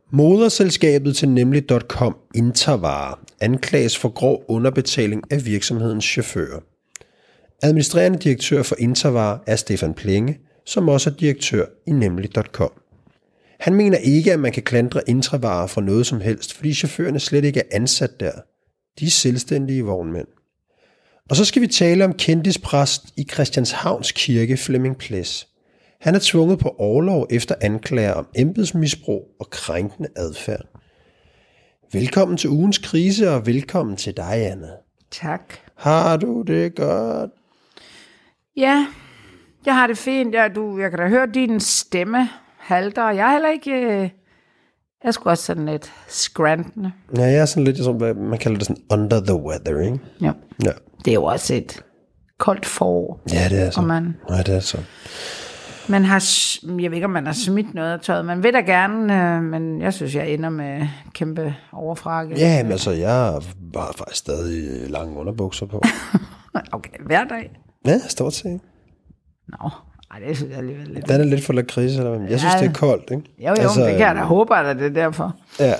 Moderselskabet til nemlig.com Intervarer anklages for grov underbetaling af virksomhedens chauffører. Administrerende direktør for Intervarer er Stefan Plenge, som også er direktør i nemlig.com. Han mener ikke, at man kan klandre Intervarer for noget som helst, fordi chaufførerne slet ikke er ansat der. De er selvstændige vognmænd. Og så skal vi tale om kendispræst i Christianshavns Kirke, Flemming Ples. Han er tvunget på orlov efter anklager om embedsmisbrug og krænkende adfærd. Velkommen til ugens krise, og velkommen til dig, Anna. Tak. Har du det godt? Ja, jeg har det fint. Jeg kan da høre, din stemme halter. Jeg er heller ikke... Jeg er sgu også sådan lidt skrantende. Ja, jeg er sådan lidt, som man kalder det sådan under the weather, ikke? Ja. Ja. Det er jo også et koldt forår. Ja, det er så. Ja, det er så. Man har, jeg ved ikke, om man har smidt noget af tøjet. Man vil da gerne, men jeg synes, jeg ender med kæmpe overfrakke. Ja, men altså, jeg har faktisk stadig lange underbukser på. Okay, hver dag? Ja, stort set. Nå, det synes jeg alligevel lidt. Den er lidt for lakrids, eller hvad? Jeg synes, det er koldt, ikke? Jo, altså, det kan jeg da håbe, at det er derfor. Ja,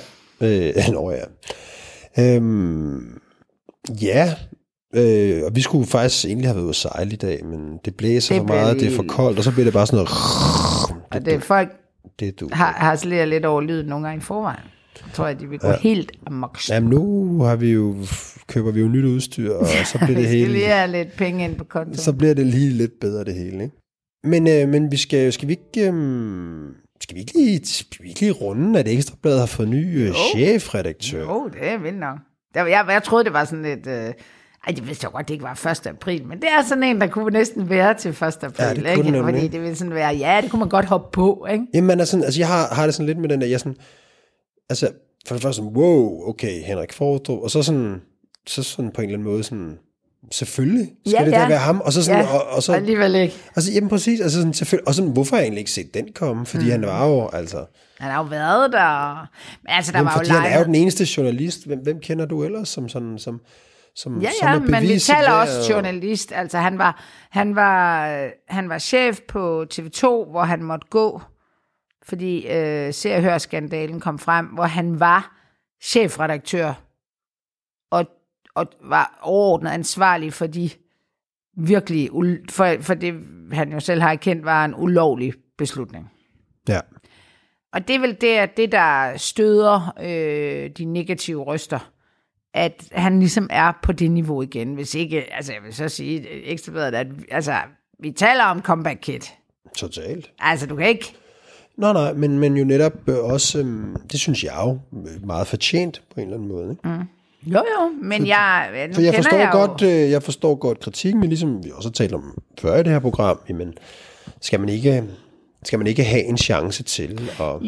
og vi skulle faktisk egentlig have været ude at sejle i dag, men det blæser for meget, det er for koldt, og så bliver det bare sådan noget... Og det folk har slet lidt over lyden nogle gange i forvejen. Jeg tror, at de vil gå helt amok. Jamen nu køber vi jo nyt udstyr, og så bliver det hele... skal lige have lidt penge ind på kontoen. Så bliver det lige lidt bedre det hele, ikke? Men vi skal vi ikke lige runde, at Ekstrabladet har fået ny chefredaktør? Jo, det er vildt nok. Jeg troede, det var sådan lidt... det vidste jeg godt, det ikke var 1. april, men det er sådan en, der kunne næsten være til 1. april, ja, ikke? Fordi det ville sådan være, det kunne man godt hoppe på, ikke? Jamen, altså jeg har det sådan lidt med den der, jeg sådan... Altså, for det første sådan, wow, okay, Henrik Fordrup, og så sådan på en eller anden måde sådan... Selvfølgelig skal det da være ham, og så sådan, og så alligevel ikke. Altså, jamen præcis, altså sådan, selvfølgelig, og sådan, hvorfor har jeg egentlig ikke set den komme? Fordi han var jo, altså... Han har jo været der, men altså, der var jo fordi han er jo den eneste journalist. Hvem kender du ellers som sådan, som men vi taler også journalist. Altså, han var chef på TV2, hvor han måtte gå, fordi Se og Hør-skandalen kom frem, hvor han var chefredaktør, og var overordnet ansvarlig for de virkelig, for det han jo selv har erkendt, var en ulovlig beslutning. Ja. Og det er vel det der støder de negative røster, at han ligesom er på det niveau igen. Hvis ikke, altså jeg vil så sige, Ekstrabladet, at altså, vi taler om comeback kid. Totalt. Altså du kan ikke... Nej, men jo netop også, det synes jeg jo, meget fortjent på en eller anden måde, ikke? Mm. Jo, men jeg forstår godt kritikken, men ligesom vi også har talt om før i det her program, jamen, skal man ikke have en chance til? Og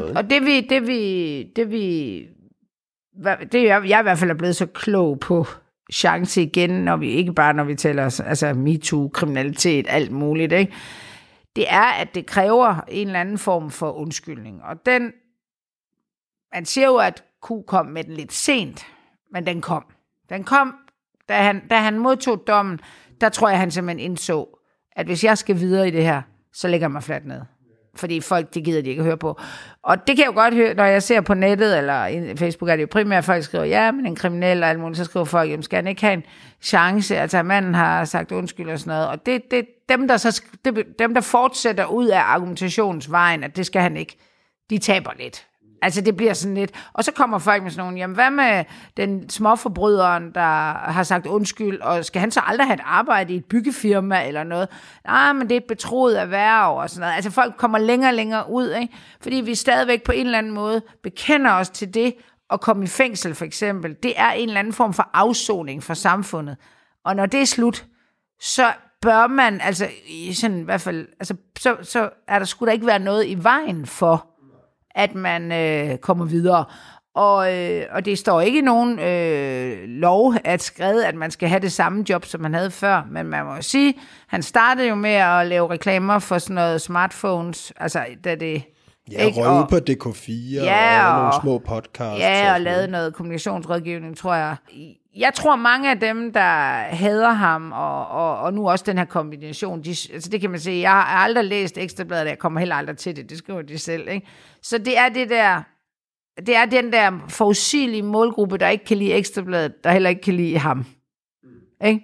jeg i hvert fald er blevet så klog på chance igen, når vi taler altså MeToo, kriminalitet, alt muligt, ikke? Det er, at det kræver en eller anden form for undskyldning, og man siger jo, at Q kom med den lidt sent, men den kom. Den kom, da han modtog dommen, der tror jeg, han simpelthen indså, at hvis jeg skal videre i det her, så lægger jeg mig fladt ned. Fordi folk, det gider de ikke at høre på. Og det kan jeg jo godt høre, når jeg ser på nettet, eller i Facebook er det jo primært, at folk skriver, ja, men en kriminel og alt muligt, så skriver folk, jamen skal han ikke have en chance? Altså, manden har sagt undskyld og sådan noget. Og dem, der fortsætter ud af argumentationsvejen, at det skal han ikke, de taber lidt. Altså, det bliver sådan lidt... Og så kommer folk med sådan nogle, jamen, hvad med den småforbryderen, der har sagt undskyld, og skal han så aldrig have et arbejde i et byggefirma eller noget? Nej, men det er et betroet erhverv og sådan noget. Altså, folk kommer længere og længere ud, ikke? Fordi vi stadigvæk på en eller anden måde bekender os til det, at komme i fængsel, for eksempel. Det er en eller anden form for afsoning for samfundet. Og når det er slut, så bør man, altså, sådan i hvert fald, altså, så er der skulle der ikke være noget i vejen for, at man kommer videre. Og det står ikke i nogen lov at skrive, at man skal have det samme job, som man havde før. Men man må jo sige, han startede jo med at lave reklamer for sådan noget smartphones. Altså, da det... Ja, røg ud på DK4 og nogle små podcasts. Ja, og lavede noget kommunikationsrådgivning, tror jeg. Jeg tror, mange af dem, der hader ham, og nu også den her kombination, altså det kan man sige, jeg har aldrig læst Ekstrabladet, jeg kommer heller aldrig til det skriver de selv, ikke? Så det er det der, det er den der forudsigelige målgruppe, der ikke kan lide Ekstrabladet, der heller ikke kan lide ham. Ikke?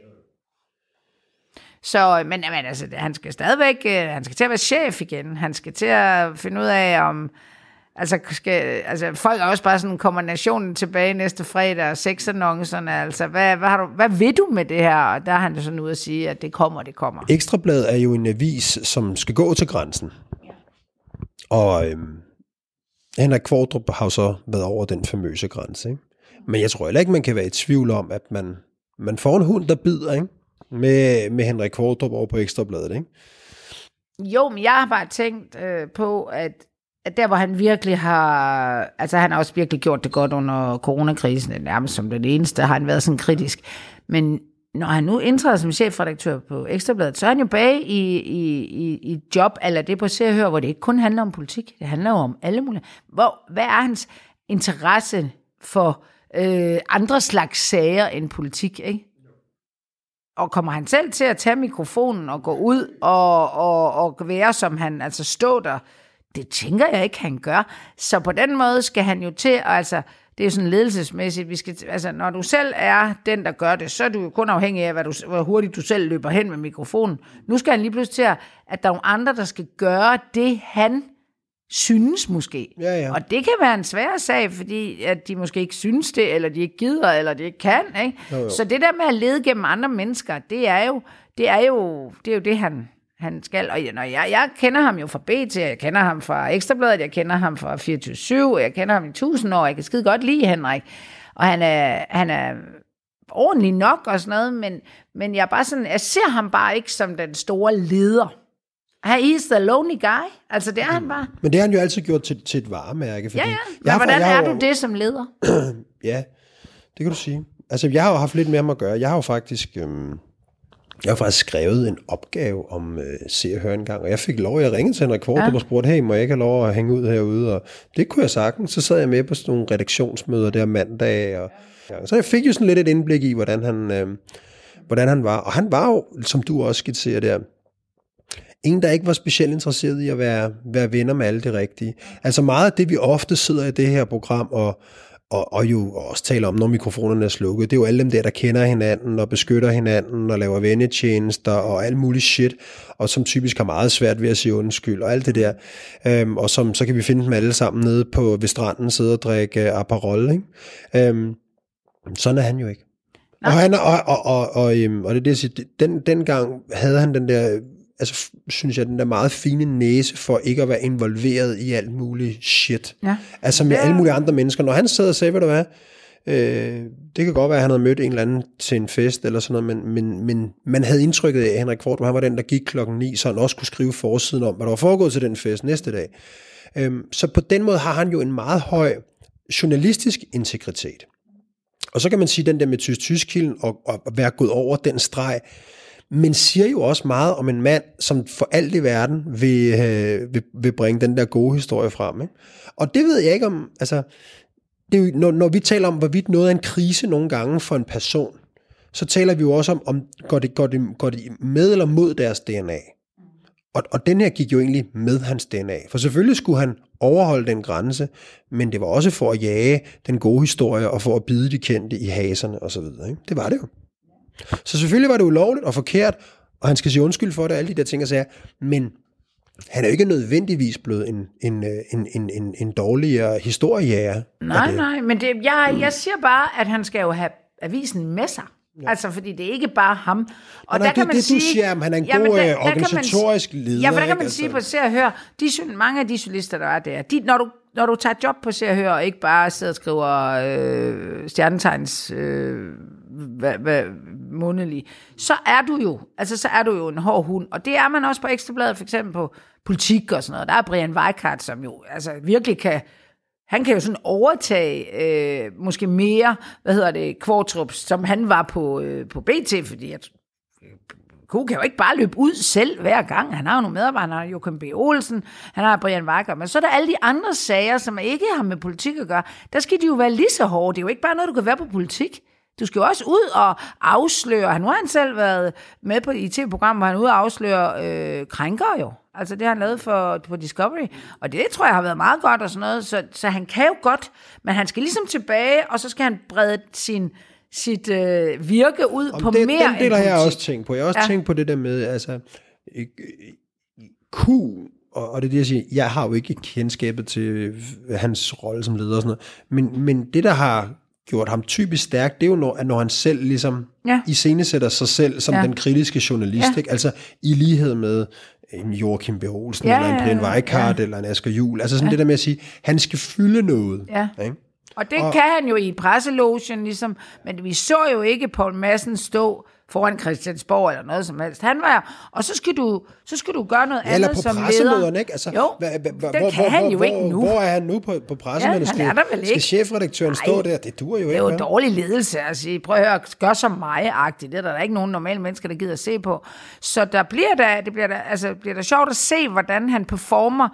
Så, men altså, han skal stadigvæk, han skal til at være chef igen. Han skal til at finde ud af, om, altså folk er også bare sådan, kommer nationen tilbage næste fredag, og sexannoncerne, altså, hvad vil du med det her? Og der er han sådan ude at sige, at det kommer. Ekstrabladet er jo en avis, som skal gå til grænsen. Ja. Og Henrik Qvortrup har jo så været over den famøse grænse, ikke? Men jeg tror heller ikke, man kan være i tvivl om, at man får en hund, der bider, ikke? Med Henrik Qvortrup over på Ekstrabladet, ikke? Jo, men jeg har bare tænkt på, at der, hvor han virkelig har... Altså, han har også virkelig gjort det godt under coronakrisen, nærmest som den eneste, har han været sådan kritisk. Men når han nu indtræder som chefredaktør på Ekstrabladet, så er han jo bag i et job, eller det på Se og Hør, hvor det ikke kun handler om politik, det handler jo om alle mulige... Hvad er hans interesse for andre slags sager end politik, ikke? Og kommer han selv til at tage mikrofonen og gå ud og være, som han altså stå der? Det tænker jeg ikke, han gør. Så på den måde skal han jo til, altså, det er jo sådan ledelsesmæssigt, altså, når du selv er den, der gør det, så er du jo kun afhængig af, hvor hurtigt du selv løber hen med mikrofonen. Nu skal han lige pludselig til, at der er nogle andre, der skal gøre det, han synes måske. Ja. Og det kan være en svær sag, fordi at de måske ikke synes det, eller de ikke gider, eller de ikke kan. Ikke? Jo. Så det der med at lede gennem andre mennesker, det er jo det, han skal. Og når jeg kender ham jo fra BT, jeg kender ham fra Ekstrabladet, jeg kender ham fra 24/7, jeg kender ham i 1000 år, jeg kan skide godt lide Henrik. Og han er ordentlig nok og sådan noget, men jeg ser ham bare ikke som den store leder. He's the lonely guy. Altså, det er han bare. Men det har han jo altid gjort til et varemærke. Fordi Men hvordan er du det som leder? Ja, det kan du sige. Altså, jeg har jo haft lidt mere med at gøre. Jeg har faktisk skrevet en opgave om Se og Hør en gang, og jeg fik lov, jeg ringede til Henrik Qvortrup og spurgte, hey, må jeg ikke have lov at hænge ud herude? Og det kunne jeg sagtens. Så sad jeg med på sådan nogle redaktionsmøder der mandag, og så jeg fik jo sådan lidt et indblik i, hvordan han var. Og han var jo, som du også skitserer der, en, der ikke var specielt interesseret i at være venner med alle det rigtige. Altså meget af det, vi ofte sidder i det her program og jo også taler om, når mikrofonerne er slukket, det er jo alle dem der kender hinanden og beskytter hinanden og laver vennetjenester og alt muligt shit, og som typisk har meget svært ved at sige undskyld og alt det der. Og så kan vi finde dem alle sammen nede ved stranden, sidde og drikke Aperol, ikke? Sådan er han jo ikke. Og det er det, jeg siger, dengang havde han den der... Altså, synes jeg, den der meget fine næse for ikke at være involveret i alt muligt shit. Ja. Altså med alle mulige andre mennesker. Når han sad og sagde, ved du hvad, det kan godt være, at han havde mødt en eller anden til en fest eller sådan noget, men man havde indtrykket af, at Henrik Qvortrup, han var den, der gik 9:00, så han også kunne skrive forsiden om, hvad der var foregået til den fest næste dag. Så på den måde har han jo en meget høj journalistisk integritet. Og så kan man sige, den der med tysk-tysk-kilden og være gået over den streg, men siger jo også meget om en mand, som for alt i verden vil bringe den der gode historie frem. Ikke? Og det ved jeg ikke om, altså, det er jo, når vi taler om, hvorvidt noget er en krise nogle gange for en person, så taler vi jo også om går det med eller mod deres DNA. Og den her gik jo egentlig med hans DNA. For selvfølgelig skulle han overholde den grænse, men det var også for at jage den gode historie, og for at bide de kendte i haserne osv. Det var det jo. Så selvfølgelig var det ulovligt og forkert, og han skal sige undskyld for det, alle de der ting og sager, men han er jo ikke nødvendigvis blevet en dårligere historiejæger. Nej, men jeg siger bare, at han skal jo have avisen med sig. Ja. Altså, fordi det er ikke bare ham. Og der kan man sige, du siger, han er en god organisatorisk leder. Ja, for der kan man sige på Se og Hør, mange af de journalister, der er der, når du tager job på Se og Hør, og ikke bare sidder og skriver stjernetegns månedlig, så er du jo en hård hund. Og det er man også på Ekstrabladet, for eksempel på politik og sådan noget. Der er Brian Weikart, som jo altså virkelig han kan jo sådan overtage måske mere, Qvortrup, som han var på BT, fordi Q kan jo ikke bare løbe ud selv hver gang. Han har jo nogle medarbejdere, han har Joachim B. Olsen, han har Brian Weikart, men så er der alle de andre sager, som ikke har med politik at gøre. Der skal de jo være lige så hårde. Det er jo ikke bare noget, du kan være på politik. Du skal jo også ud og afsløre. Nu har han selv været med på i TV-program, hvor han er ude og afsløre krænkere jo. Altså det har han lavet på Discovery. Og det tror jeg har været meget godt og sådan noget. Så han kan jo godt, men han skal ligesom tilbage, og så skal han brede sit virke ud på mere end politik. Den del har jeg også tænkt på. Jeg har også tænkt på det der med, altså, og det er det, jeg siger, jeg har jo ikke kendskabet til hans rolle som leder og sådan noget, men det, der har gjort ham typisk stærk, det er jo, når han selv ligesom iscenesætter sig selv som den kritiske journalist, ikke? Altså i lighed med en Joachim B. Olsen, eller en Brian Weikart, eller en Asger Juhl, altså sådan det der med at sige, han skal fylde noget. Ja. Ikke? Og det kan han jo i presselogen, ligesom, men vi så jo ikke Poul Madsen stå foran Christiansborg eller noget som helst. Han var, og så skal du gøre noget andet som leder. Eller på pressemøderne, ikke? Altså, jo, det kan han jo ikke nu. Hvor er han nu på pressemøderne? Han er der vel ikke. Skal chefredaktøren stå der? Det duer jo ikke. Det er jo dårlig ledelse at sige, prøv at høre, gør som mig-agtigt. Det er der ikke nogen normale mennesker, der gider at se på. Så det bliver da sjovt at se, hvordan han performer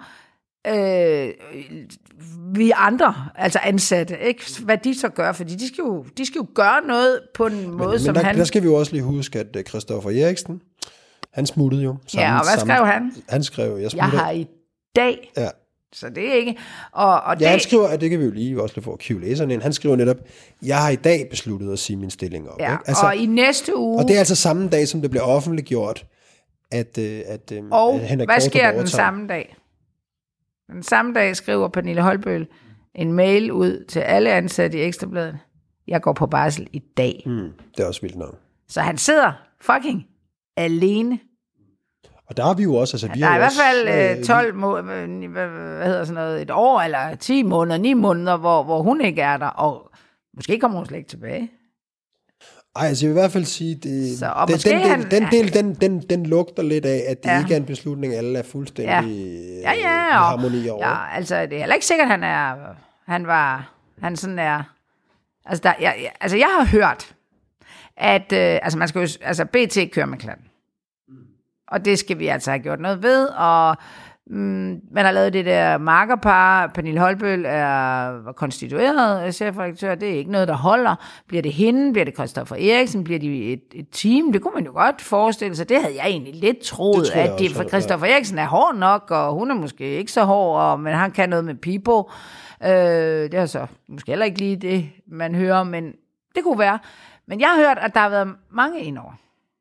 vi andre, altså ansatte, ikke? Hvad de så gør, fordi de skal jo gøre noget på en måde, som han... Der skal vi jo også lige huske, at Christoffer Eriksen, han smuttede jo. Og hvad skrev han? Han skrev, jeg har i dag... Ja. Så det er ikke... Og han skriver, at det kan vi jo lige også få kive læserne ind. Han skriver netop, jeg har i dag besluttet at sige min stilling op. Ja, ikke? Altså, og i næste uge... Og det er altså samme dag, som det bliver offentliggjort, at og Henrik hvad sker overtager. Den samme dag? Den samme dag skriver Pernille Holbøl en mail ud til alle ansatte i Ekstrabladet. Jeg går på barsel i dag. Det er også vildt nok. Så han sidder fucking alene. Og der har vi jo også... Altså, der er i hvert fald 12 hvad hedder sådan noget, et år eller 10 måneder, 9 måneder, hvor hun ikke er der. Og måske kommer hun slet ikke tilbage. Ej, altså jeg vil i hvert fald sige, den lugter lidt af, at det ikke er en beslutning, alle er fuldstændig i harmoni over. Ja, altså det er heller ikke sikkert, han sådan er... Altså, jeg har hørt, at man skal jo, BT kører med klatten. Og det skal vi altså have gjort noget ved, og man har lavet det der markerpar. Pernille Holbøl var konstitueret chefredaktør. Det er ikke noget, der holder. Bliver det hende? Bliver det Christoffer Eriksen? Bliver de et team? Det kunne man jo godt forestille sig. Det havde jeg egentlig lidt troet, for Christoffer Eriksen er hård nok, og hun er måske ikke så hård, men han kan noget med Pipo. Det er så måske heller ikke lige det, man hører, men det kunne være. Men jeg har hørt, at der har været mange indover,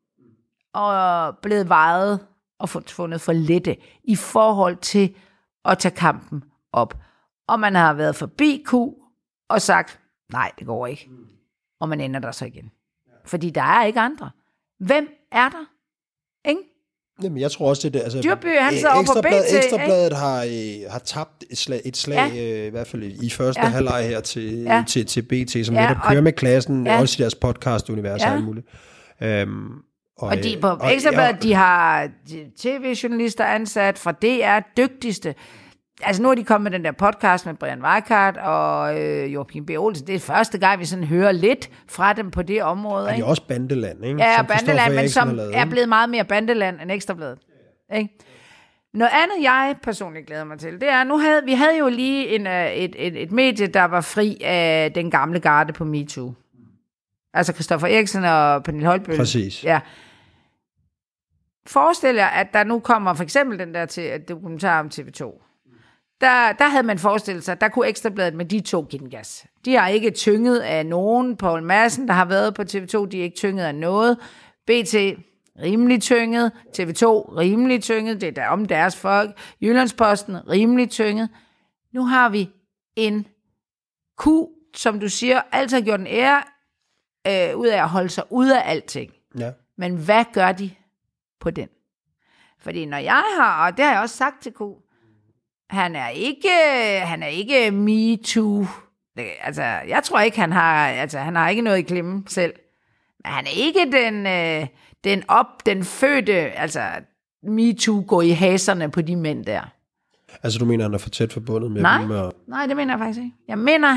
og blevet vejet og fundet for lette i forhold til at tage kampen op. Og man har været forbi Q og sagt, nej, det går ikke. Og man ender der så igen. Fordi der er ikke andre. Hvem er der? Ingen? Jamen, jeg tror også, det er... Altså, Dyrby, han sidder over på BT. Ekstrabladet har tabt et slag i hvert fald i første halvleg her til BT, som netop kører med klassen, også i deres podcast-univers og alt muligt. Og de på Ekstrabladet, de har tv-journalister ansat fra DR, dygtigste. Altså nu er de kommet med den der podcast med Brian Weikart og Joachim B. Olsen. Det er første gang, vi sådan hører lidt fra dem på det område. Og de er også bandeland, ikke? Ja, bandeland, men som er blevet meget mere bandeland end Ekstrabladet. Ikke? Noget andet, jeg personligt glæder mig til, det er, vi havde jo lige et medie, der var fri af den gamle garde på MeToo. Altså Christoffer Eriksen og Pernille Holbøl. Præcis. Ja. Forestil jer, at der nu kommer for eksempel den der til dokumentar om TV2. Der havde man forestillet sig, at der kunne Ekstrabladet med de to give den gas. De har ikke tynget af nogen. Poul Madsen, der har været på TV2, de er ikke tynget af noget. BT, rimelig tynget. TV2, rimelig tynget. Det er der om deres folk. Jyllandsposten, rimelig tynget. Nu har vi en Q, som du siger, altid har gjort en ære ud af at holde sig ude af alting. Ja. Men hvad gør de på den? Fordi når jeg har, og det har jeg også sagt til Q, han er ikke MeToo. Altså, jeg tror ikke, han har ikke noget i klemme selv. Men han er ikke den fødte, altså MeToo går i haserne på de mænd der. Altså, du mener, han er for tæt forbundet med dem? Nej, det mener jeg faktisk ikke. Jeg mener,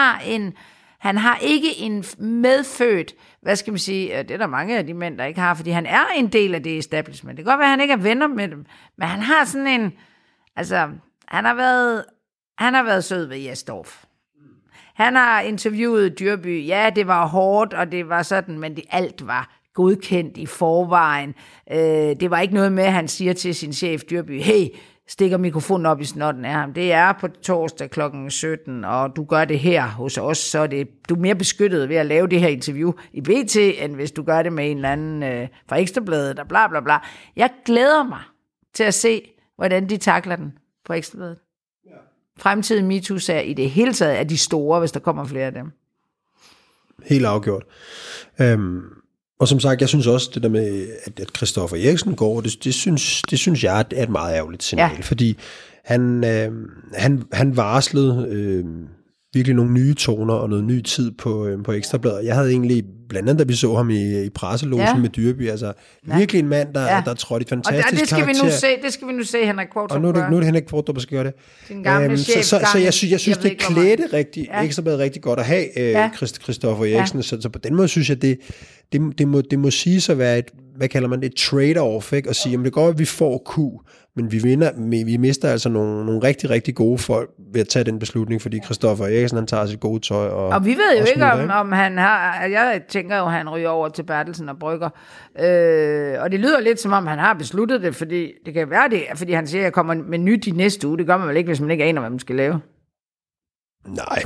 han har ikke en medfødt, hvad skal man sige, det er der mange af de mænd, der ikke har, fordi han er en del af det establishment. Det kan godt være, at han ikke er venner med dem, men han har sådan en, altså, han har været sød ved Jesdorf. Han har interviewet Dyrby. Ja, det var hårdt, og det var sådan, men alt var godkendt i forvejen. Det var ikke noget med, at han siger til sin chef Dyrby, hey, stikker mikrofonen op i snotten af ham. Det er på torsdag kl. 17, og du gør det her hos os, så er du er mere beskyttet ved at lave det her interview i BT, end hvis du gør det med en eller anden fra Ekstrabladet, og bla bla bla. Jeg glæder mig til at se, hvordan de takler den på Ekstrabladet. Ja. Fremtidige MeToo-sager i det hele taget er de store, hvis der kommer flere af dem. Helt afgjort. Og som sagt, jeg synes også, det der med, at Christoffer Eriksen går, det synes jeg er et meget ærgerligt signal, fordi han varslede virkelig nogle nye toner og noget ny tid på Ekstrabladet. Jeg havde egentlig, blandt andet da vi så ham i presselogen med Dyrby, altså virkelig en mand, der trådte et fantastisk karakter. Det skal vi nu se, Henrik Qvortrup. Og nu er det Henrik Qvortrup, der skal gøre det. Sin gamle chef. Så jeg synes det klædte Ekstrabladet rigtig godt at have Christoffer Eriksen. Så på den måde synes jeg, det må sige at være hvad kalder man det, et trade-off, ikke? Og sige, jamen det går, at vi får Q, men vi mister altså nogle rigtig, rigtig gode folk ved at tage den beslutning, fordi Christoffer Eriksen, han tager sit gode tøj. Og vi ved jo ikke, om han har, jeg tænker jo, han ryger over til Bertelsen og Brygger, og det lyder lidt som om, han har besluttet det, fordi det kan være det, fordi han siger, at jeg kommer med nyt i næste uge. Det gør man vel ikke, hvis man ikke aner, hvad man skal lave. Nej,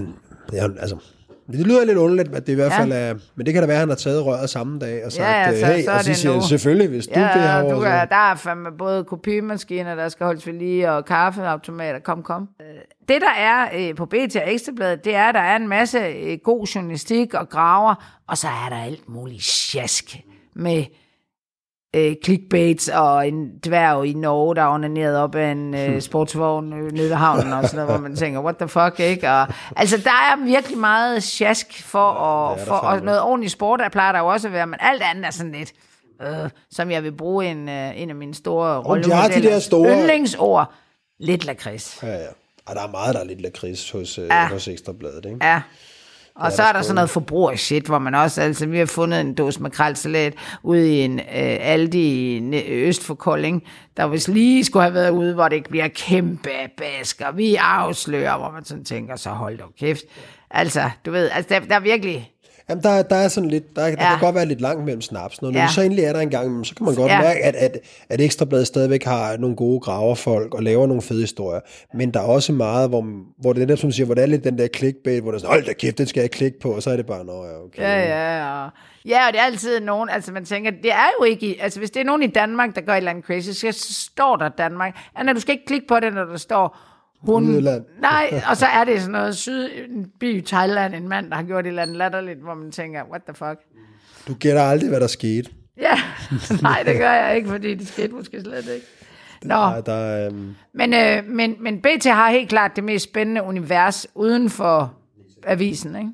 det lyder lidt underligt, at det i hvert fald er, men det kan da være, at han har taget røret samme dag og sagt, hey, og så siger han, selvfølgelig, hvis du det herovre. Der er fandme både kopimaskiner, der skal holdes ved lige, og kaffeautomater, kom. Det, der er på BT og Ekstrabladet, det er, at der er en masse god journalistik og graver, og så er der alt muligt sjask med clickbaits og en dværg i Norge, der er onaneret op af en sportsvogn nede ved havnen og sådan noget, hvor man tænker, what the fuck, ikke? Og, altså, der er virkelig meget sjask for noget ordentligt sport, der plejer der jo også at være, men alt andet er sådan lidt, som jeg vil bruge en af mine store rollemodeller. Yndlingsord, lidt lakrids. Ja. Og der er meget, der er lidt lakrids hos Ekstrabladet, ikke? Ja. Og så er der sådan noget forbrugershit, hvor man også, altså vi har fundet en dåse makrelsalat ude i en Aldi øst for Kolding, der vist lige skulle have været ude, hvor det bliver kæmpe basker. Vi afslører, hvor man sådan tænker, så hold da kæft. Altså, du ved, altså der er virkelig... Jamen, der er sådan lidt, der kan godt være lidt langt mellem snaps. Når så endelig er der en gang, så kan man godt mærke, at Ekstrabladet stadigvæk har nogle gode graverfolk og laver nogle fede historier. Men der er også meget, hvor det er der, som siger, hvor det er lidt den der clickbait, hvor der er sådan, hold da kæft, den skal jeg klikke på, og så er det bare, okay. Ja, og det er altid nogen, altså man tænker, det er jo ikke, altså hvis det er nogen i Danmark, der gør et eller andet crazy, så står der Danmark. Anna, du skal ikke klikke på det, når der står Udland. Nej, og så er det sådan noget en by i Thailand, en mand, der har gjort et eller andet latterligt, hvor man tænker, what the fuck? Du gætter aldrig, hvad der skete. Ja, nej, det gør jeg ikke, fordi det skete måske slet ikke. Men BT har helt klart det mest spændende univers uden for avisen, ikke?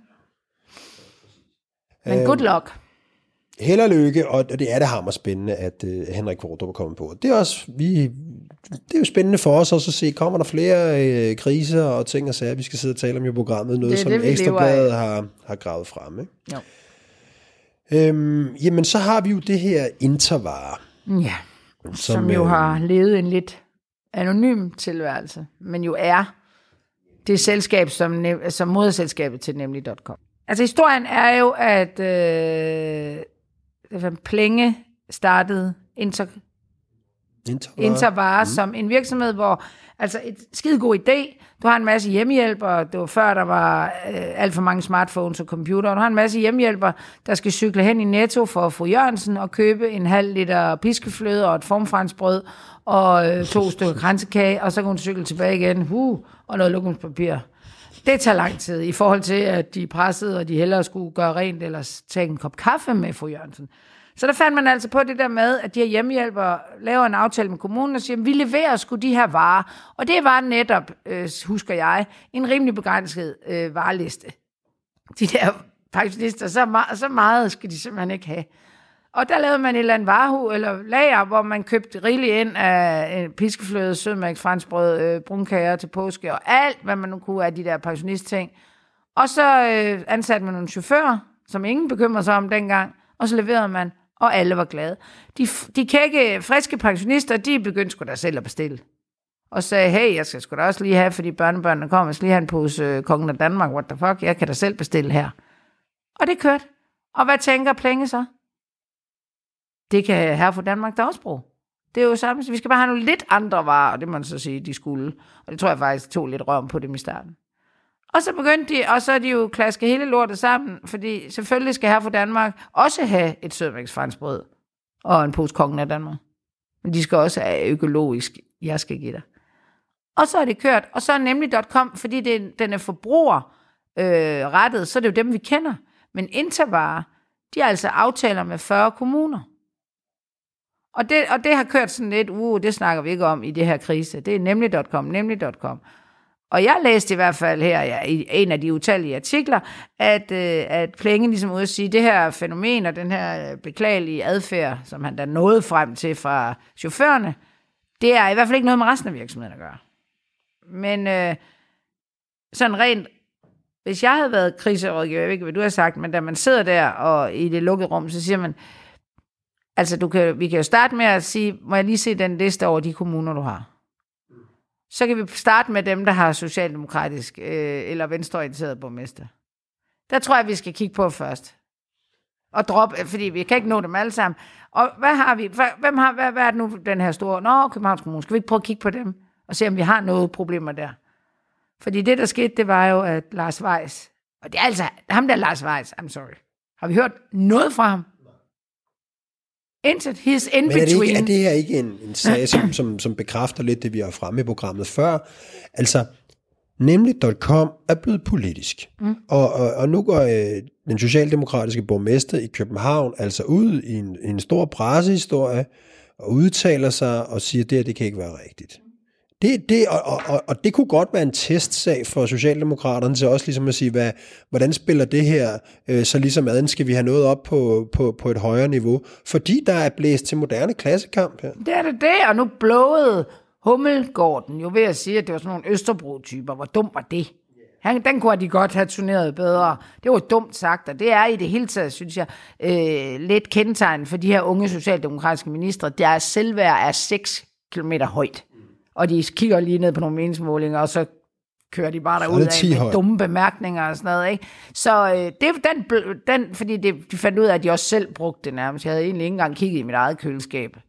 Men good luck. Held og lykke, og det er det hammerspændende, at Henrik Qvortrup er kommet på. Det er også, det er jo spændende for os også at se, kommer der flere kriser og ting og sager, vi skal sidde og tale om i programmet, noget som Ekstrabladet har gravet frem, ikke? Jo. Jamen, så har vi jo det her Intervare. Ja, som jo har levet en lidt anonym tilværelse, men jo er det selskab, som moderselskabet til nemlig.com. Altså, historien er jo, at Plenge startede Intervare som en virksomhed, hvor altså et skidegod idé. Du har en masse hjemmehjælpere. Det var før, der var alt for mange smartphones og computere. Du har en masse hjemmehjælpere, der skal cykle hen i Netto for fru Jørgensen og købe en halv liter piskefløde og et formfranskbrød og 2 stykker kransekage, og så kan hun cykle tilbage igen og noget lokumspapir. Det tager lang tid i forhold til, at de er pressede, og de hellere skulle gøre rent eller tage en kop kaffe med fru Jørgensen. Så der fandt man altså på det der med, at de her hjemmehjælpere laver en aftale med kommunen og siger, vi leverer sgu de her varer. Og det var netop, husker jeg, en rimelig begrænset vareliste. De der pensionister, så meget skal de simpelthen ikke have. Og der lavede man et eller andet varehus eller lager, hvor man købte rigeligt ind af piskefløde, sødmælk, franskbrød, brunkager til påske og alt, hvad man nu kunne af de der pensionistting. Og så ansatte man nogle chauffører, som ingen bekymrede sig om dengang, og så leverede man, og alle var glade. De kække, friske pensionister, de begyndte sgu da selv at bestille. Og sagde, hey, jeg skal sgu da også lige have, fordi børnebørnene kommer, jeg skal lige have en pose Kongen af Danmark, what the fuck, jeg kan da selv bestille her. Og det kørte. Og hvad tænker Plenge så? Det kan Herre for Danmark da også bruge. Det er jo samme, så vi skal bare have nogle lidt andre varer, og det må man så sige, de skulle. Og det tror jeg faktisk tog lidt røven på dem i starten. Og så begyndte de, og så er de jo klasket hele lortet sammen, fordi selvfølgelig skal Herre for Danmark også have et sødmælksfranskbrød og en pose Kongen af Danmark. Men de skal også have økologisk, jeg skal give dig. Og så er det kørt, og så er nemlig.com, fordi den er forbrugerrettet, så er det jo dem, vi kender. Men Intervarer, de har altså aftaler med 40 kommuner. Og det har kørt sådan lidt, det snakker vi ikke om i det her krise. Det er nemlig.com. Og jeg læste i hvert fald her i en af de utallige artikler, at Plenge ligesom ude at sige, det her fænomen og den her beklagelige adfærd, som han da nåede frem til fra chaufførerne, det er i hvert fald ikke noget med resten af virksomheden at gøre. Men sådan rent, hvis jeg havde været kriserådgiver, jeg ved ikke, hvad du har sagt, men da man sidder der og i det lukkede rum, så siger man, altså vi kan jo starte med at sige, må jeg lige se den liste over de kommuner, du har? Så kan vi starte med dem, der har socialdemokratisk eller venstreorienteret borgmester. Der tror jeg, vi skal kigge på først. Og droppe, fordi vi kan ikke nå dem alle sammen. Og hvad har vi? Hvad er det nu, den her store? Københavns Kommune. Skal vi ikke prøve at kigge på dem? Og se, om vi har noget problemer der? Fordi det, der skete, det var jo, at Lars Weiss, og det er altså ham der Lars Weiss, I'm sorry. Har vi hørt noget fra ham? Intet. He's in between. Men er det her ikke en sag, som bekræfter lidt det, vi har fremme i programmet før? Altså, nemlig.com er blevet politisk. Og nu går den socialdemokratiske borgmester i København altså ud i en stor pressehistorie og udtaler sig og siger, at det kan ikke være rigtigt. Og det kunne godt være en testsag for Socialdemokraterne til også ligesom at sige, hvordan spiller det her så ligesom aden, skal vi have noget op på et højere niveau, fordi der er blæst til moderne klassekamp her. Det er det, og nu blåede Hummelgården jo ved at sige, at det var sådan nogle Østerbro-typer. Hvor dumt var det? Den kunne de godt have turneret bedre. Det var dumt sagt, og det er i det hele taget, synes jeg, lidt kendetegn for de her unge socialdemokratiske ministre. Deres selvværd er 6 kilometer højt. Og de kigger lige ned på nogle meningsmålinger, og så kører de bare derud af med dumme bemærkninger og sådan noget, ikke? Så det den fordi de fandt ud af, at de også selv brugte det nærmest. Jeg havde egentlig ikke engang kigget i mit eget køleskab.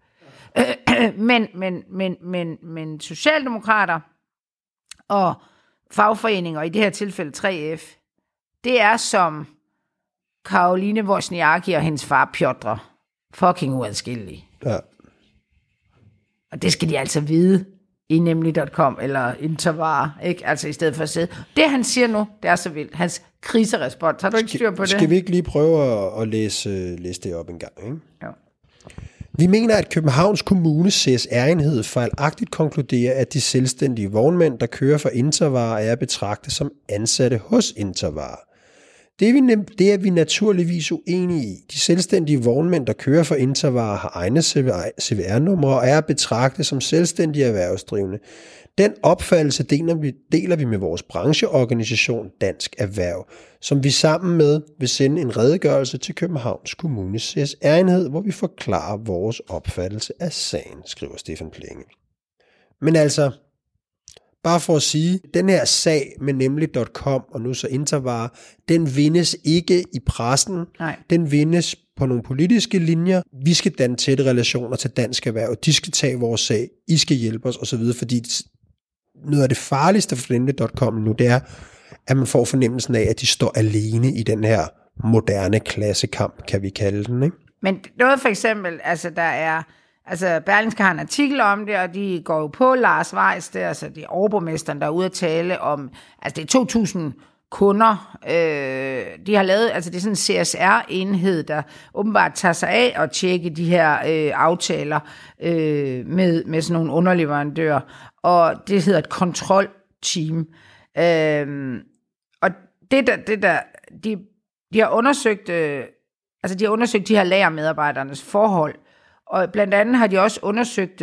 Men socialdemokrater og fagforeninger, og i det her tilfælde 3F, det er som Caroline Wozniacki og hendes far Piotr. Fucking uadskillelige. Ja. Og det skal de altså vide i nemlig.com eller Intervarer, ikke? Altså i stedet for at sidde. Det han siger nu, det er så vildt. Hans kriserespons. Har du ikke styr på det? Skal vi ikke lige prøve at læse det op en gang, ikke? Ja. Vi mener, at Københavns Kommunes CSR-enhed fejlagtigt konkluderer, at de selvstændige vognmænd, der kører for Intervarer, er at betragte som ansatte hos Intervarer. Det er vi naturligvis uenige i. De selvstændige vognmænd, der kører for Intervarer, har egne CVR-numre og er at betragte som selvstændige erhvervsdrivende. Den opfattelse deler vi med vores brancheorganisation Dansk Erhverv, som vi sammen med vil sende en redegørelse til Københavns Kommunes CSR-enhed, hvor vi forklarer vores opfattelse af sagen, skriver Stefan Plenge. Men altså, bare for at sige, den her sag med nemlig.com og nu så Intervarer, den vindes ikke i pressen. Nej. Den vindes på nogle politiske linjer. Vi skal danne tætte relationer til Dansk Erhverv. De skal tage vores sag. I skal hjælpe os osv., fordi noget af det farligste for nemlig.com nu, det er, at man får fornemmelsen af, at de står alene i den her moderne klassekamp, kan vi kalde den, ikke? Men noget for eksempel, altså der er, altså Berlingske har en artikel om det, og de går jo på Lars Weiss, det er altså de overborgmesteren, der er ude at tale om, altså det er 2.000 kunder, de har lavet, altså det er sådan en CSR-enhed, der åbenbart tager sig af at tjekke de her aftaler med sådan nogle underleverandører, og det hedder et kontrolteam. Og de har undersøgt, altså de har undersøgt de her lagermedarbejdernes forhold, og blandt andet har de også undersøgt,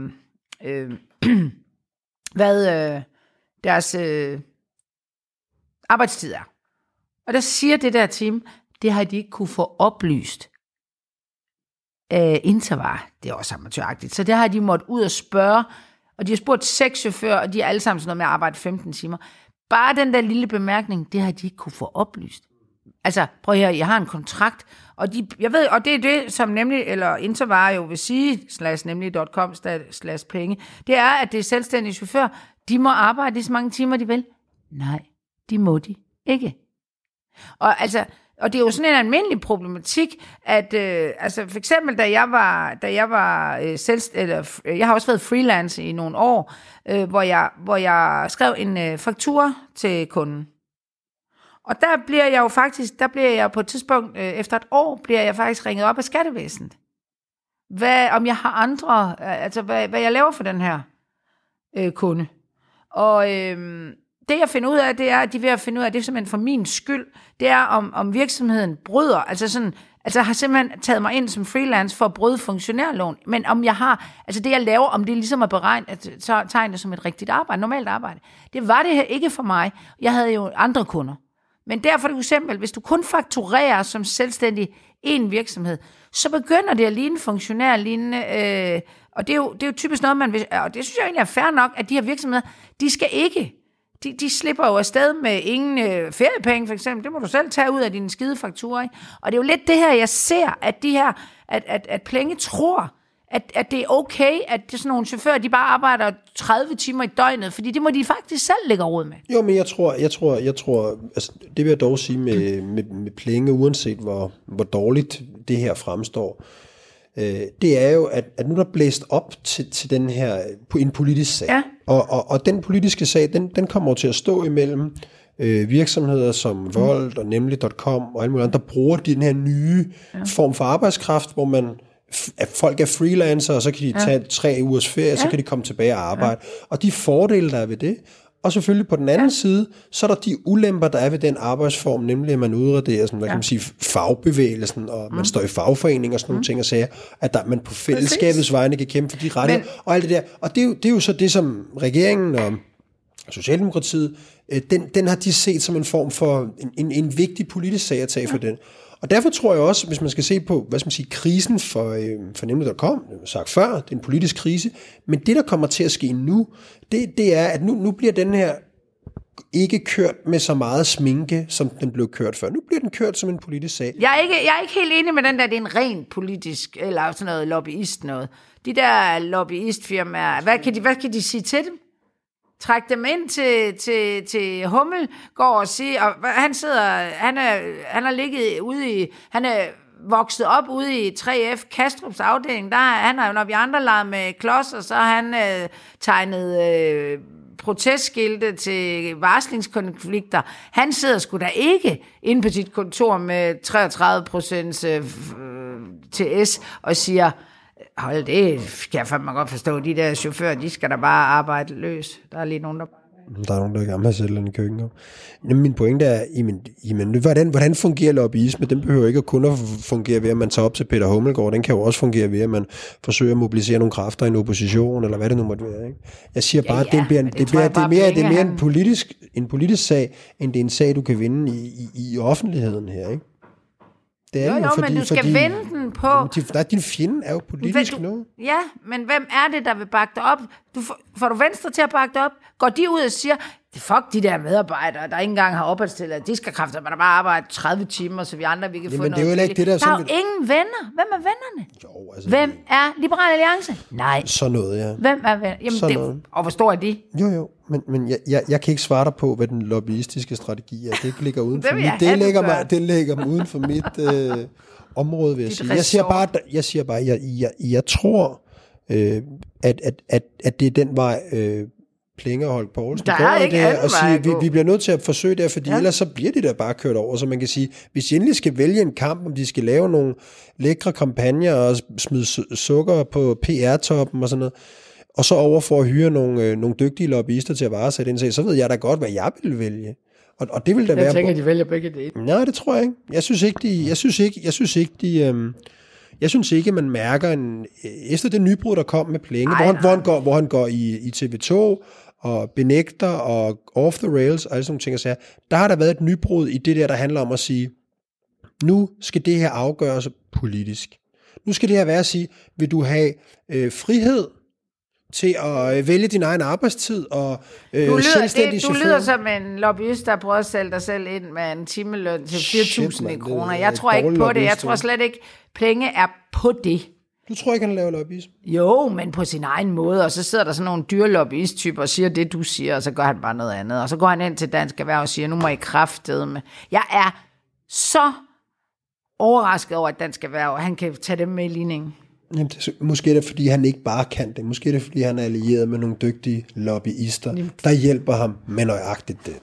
hvad deres arbejdstid er. Og der siger det der team, det har de ikke kunne få oplyst. Intervarer, det er også amatøragtigt, så det har de måttet ud og spørge, og de har spurgt 6 chauffører, og de er alle sammen sådan noget med at arbejde 15 timer. Bare den der lille bemærkning, det har de ikke kunne få oplyst. Altså, prøv her, jeg har en kontrakt, og jeg ved, og det er det, som nemlig, eller Intervario vil sige, /nemlig.com/penge, det er, at det er selvstændige chauffør, de må arbejde lige så mange timer, de vil. Nej, de må de ikke. Og det er jo sådan en almindelig problematik, at for eksempel, jeg har også været freelance i nogle år, hvor jeg skrev en faktura til kunden. Og der bliver jeg på et tidspunkt, efter et år, bliver jeg faktisk ringet op af skattevæsenet. Om jeg har andre, hvad jeg laver for den her kunde. Og det jeg finder ud af, det er, at de er ved at finde ud af, det er simpelthen for min skyld, det er om virksomheden bryder, altså har simpelthen taget mig ind som freelance for at bryde funktionærloven, men om jeg har, det jeg laver, om det ligesom er beregnet, så tegner det som et rigtigt arbejde, normalt arbejde. Det var det ikke for mig. Jeg havde jo andre kunder. Men derfor for eksempel, hvis du kun fakturerer som selvstændig en virksomhed, så begynder det at ligne funktionær, og det er jo typisk noget, man vil, og det synes jeg egentlig er fair nok, at de her virksomheder, de skal ikke, de slipper jo afsted med ingen feriepenge, for eksempel. Det må du selv tage ud af dine skide fakturer, ikke? Og det er jo lidt det her, jeg ser, at de her, at Plenge tror, at det er okay, at det er sådan nogle chauffører, de bare arbejder 30 timer i døgnet, fordi det må de faktisk selv lægge råd med. Jo, men jeg tror, altså, det vil jeg dog sige med Plenge, uanset hvor dårligt det her fremstår, det er jo, at nu er der blæst op til den her, en politisk sag. Ja. Og den politiske sag, den kommer til at stå imellem virksomheder som Volt og Nemlig.com og alle mulige andre, der bruger den her nye form for arbejdskraft, hvor at folk er freelancer, og så kan de tage 3 ugers ferie, så kan de komme tilbage og arbejde. Og de fordele, der er ved det, og selvfølgelig på den anden side, så er der de ulemper, der er ved den arbejdsform, nemlig at man udraderer sådan, hvad kan man sige, fagbevægelsen, og man står i fagforening og sådan nogle ting og sager, at man på fællesskabets vegne kan kæmpe for de rettigheder, og alt det der. Og det er jo så det, som regeringen og Socialdemokratiet, den har de set som en form for en vigtig politisk sag at tage for den. Og derfor tror jeg også, hvis man skal se på, krisen for Nemlig.com, det har sagt før, det er en politisk krise, men det, der kommer til at ske nu, det er, at nu bliver den her ikke kørt med så meget sminke, som den blev kørt før. Nu bliver den kørt som en politisk sag. Jeg er ikke helt enig med den der, det er en ren politisk, eller sådan noget lobbyist noget. De der lobbyistfirmaer, hvad kan de sige til dem? Træk dem ind til Hummelgaard og sige, og han er ligget ude i, han er vokset op ude i 3F Kastrups afdeling, han har, når vi andre legede med klodser, så har han tegnet protestskilte til varslingskonflikter. Han sidder sgu da ikke inde på sit kontor med 33% TS og siger, hold det, kan jeg fandme godt forstå, de der chauffører, de skal da bare arbejde løs. Der er lige nogen, der er gerne med selv en køkken. Min pointe er, hvordan fungerer lobbyisme? Den behøver ikke kun at fungere ved, at man tager op til Peter Hummelgaard. Den kan jo også fungere ved, at man forsøger at mobilisere nogle kræfter i en opposition, eller hvad det nu måtte være. Ikke? Jeg siger bare, at det er mere en politisk sag, end det er en sag, du kan vinde i offentligheden her, ikke? Det er jo, men du skal vende den på... Din fjende er jo politisk nu. Ja, men hvem er det, der vil bakke dig op? Får du Venstre til at bakke dig op? Går de ud og siger, fuck de der medarbejdere, der ikke engang har opholdstilladelse, de skal kræfter, man bare arbejde 30 timer, så vi andre vi kan få noget. Det er jo ikke det, der er jo ingen venner. Hvem er vennerne? Jo, altså, hvem er Liberal Alliance? Nej. Sådan noget, ja. Hvem er venner? Jamen, og hvor stor er de? Jo, men jeg kan ikke svare dig på, hvad den lobbyistiske strategi er. Det ligger uden for mit. Det ligger mig uden for mit område, vil jeg sige. Jeg siger bare, jeg tror, at det er den vej, Plenge og Holk Poulsen går i det, og sige, vi bliver nødt til at forsøge det, fordi ellers så bliver de der bare kørt over, så man kan sige, hvis de endelig skal vælge en kamp, om de skal lave nogle lækre kampagner og smide sukker på PR-toppen og sådan noget, og så over for at hyre nogle dygtige lobbyister til at varesætte den sag, så ved jeg da godt, hvad jeg vil vælge. Og det vil da være... Jeg tænker, de vælger begge dele. Nej, det tror jeg ikke. Jeg synes ikke, man mærker efter det nybrud, der kom med Plenge, hvor han går i TV2 og benægter og off the rails og alle sådan nogle ting, og sager, der har der været et nybrud i det der handler om at sige, nu skal det her afgøres politisk. Nu skal det her være at sige, vil du have frihed til at vælge din egen arbejdstid og selvstændig chauffør. Du lyder som en lobbyist, der prøver at sælge dig selv ind med en timeløn til 4.000 kroner. Jeg tror ikke på det. Jeg tror slet ikke, penge er på det. Du tror ikke, han laver lobbyisme? Jo, men på sin egen måde, og så sidder der sådan nogle dyre lobbyist-typer og siger det, du siger, og så gør han bare noget andet. Og så går han ind til Dansk Erhverv og siger, nu må I kraftedeme. Jeg er så overrasket over, at Dansk Erhverv, han kan tage dem med i ligningen. Jamen, måske er det, fordi han ikke bare kan det. Måske er det, fordi han er allieret med nogle dygtige lobbyister, der hjælper ham med nøjagtigt det.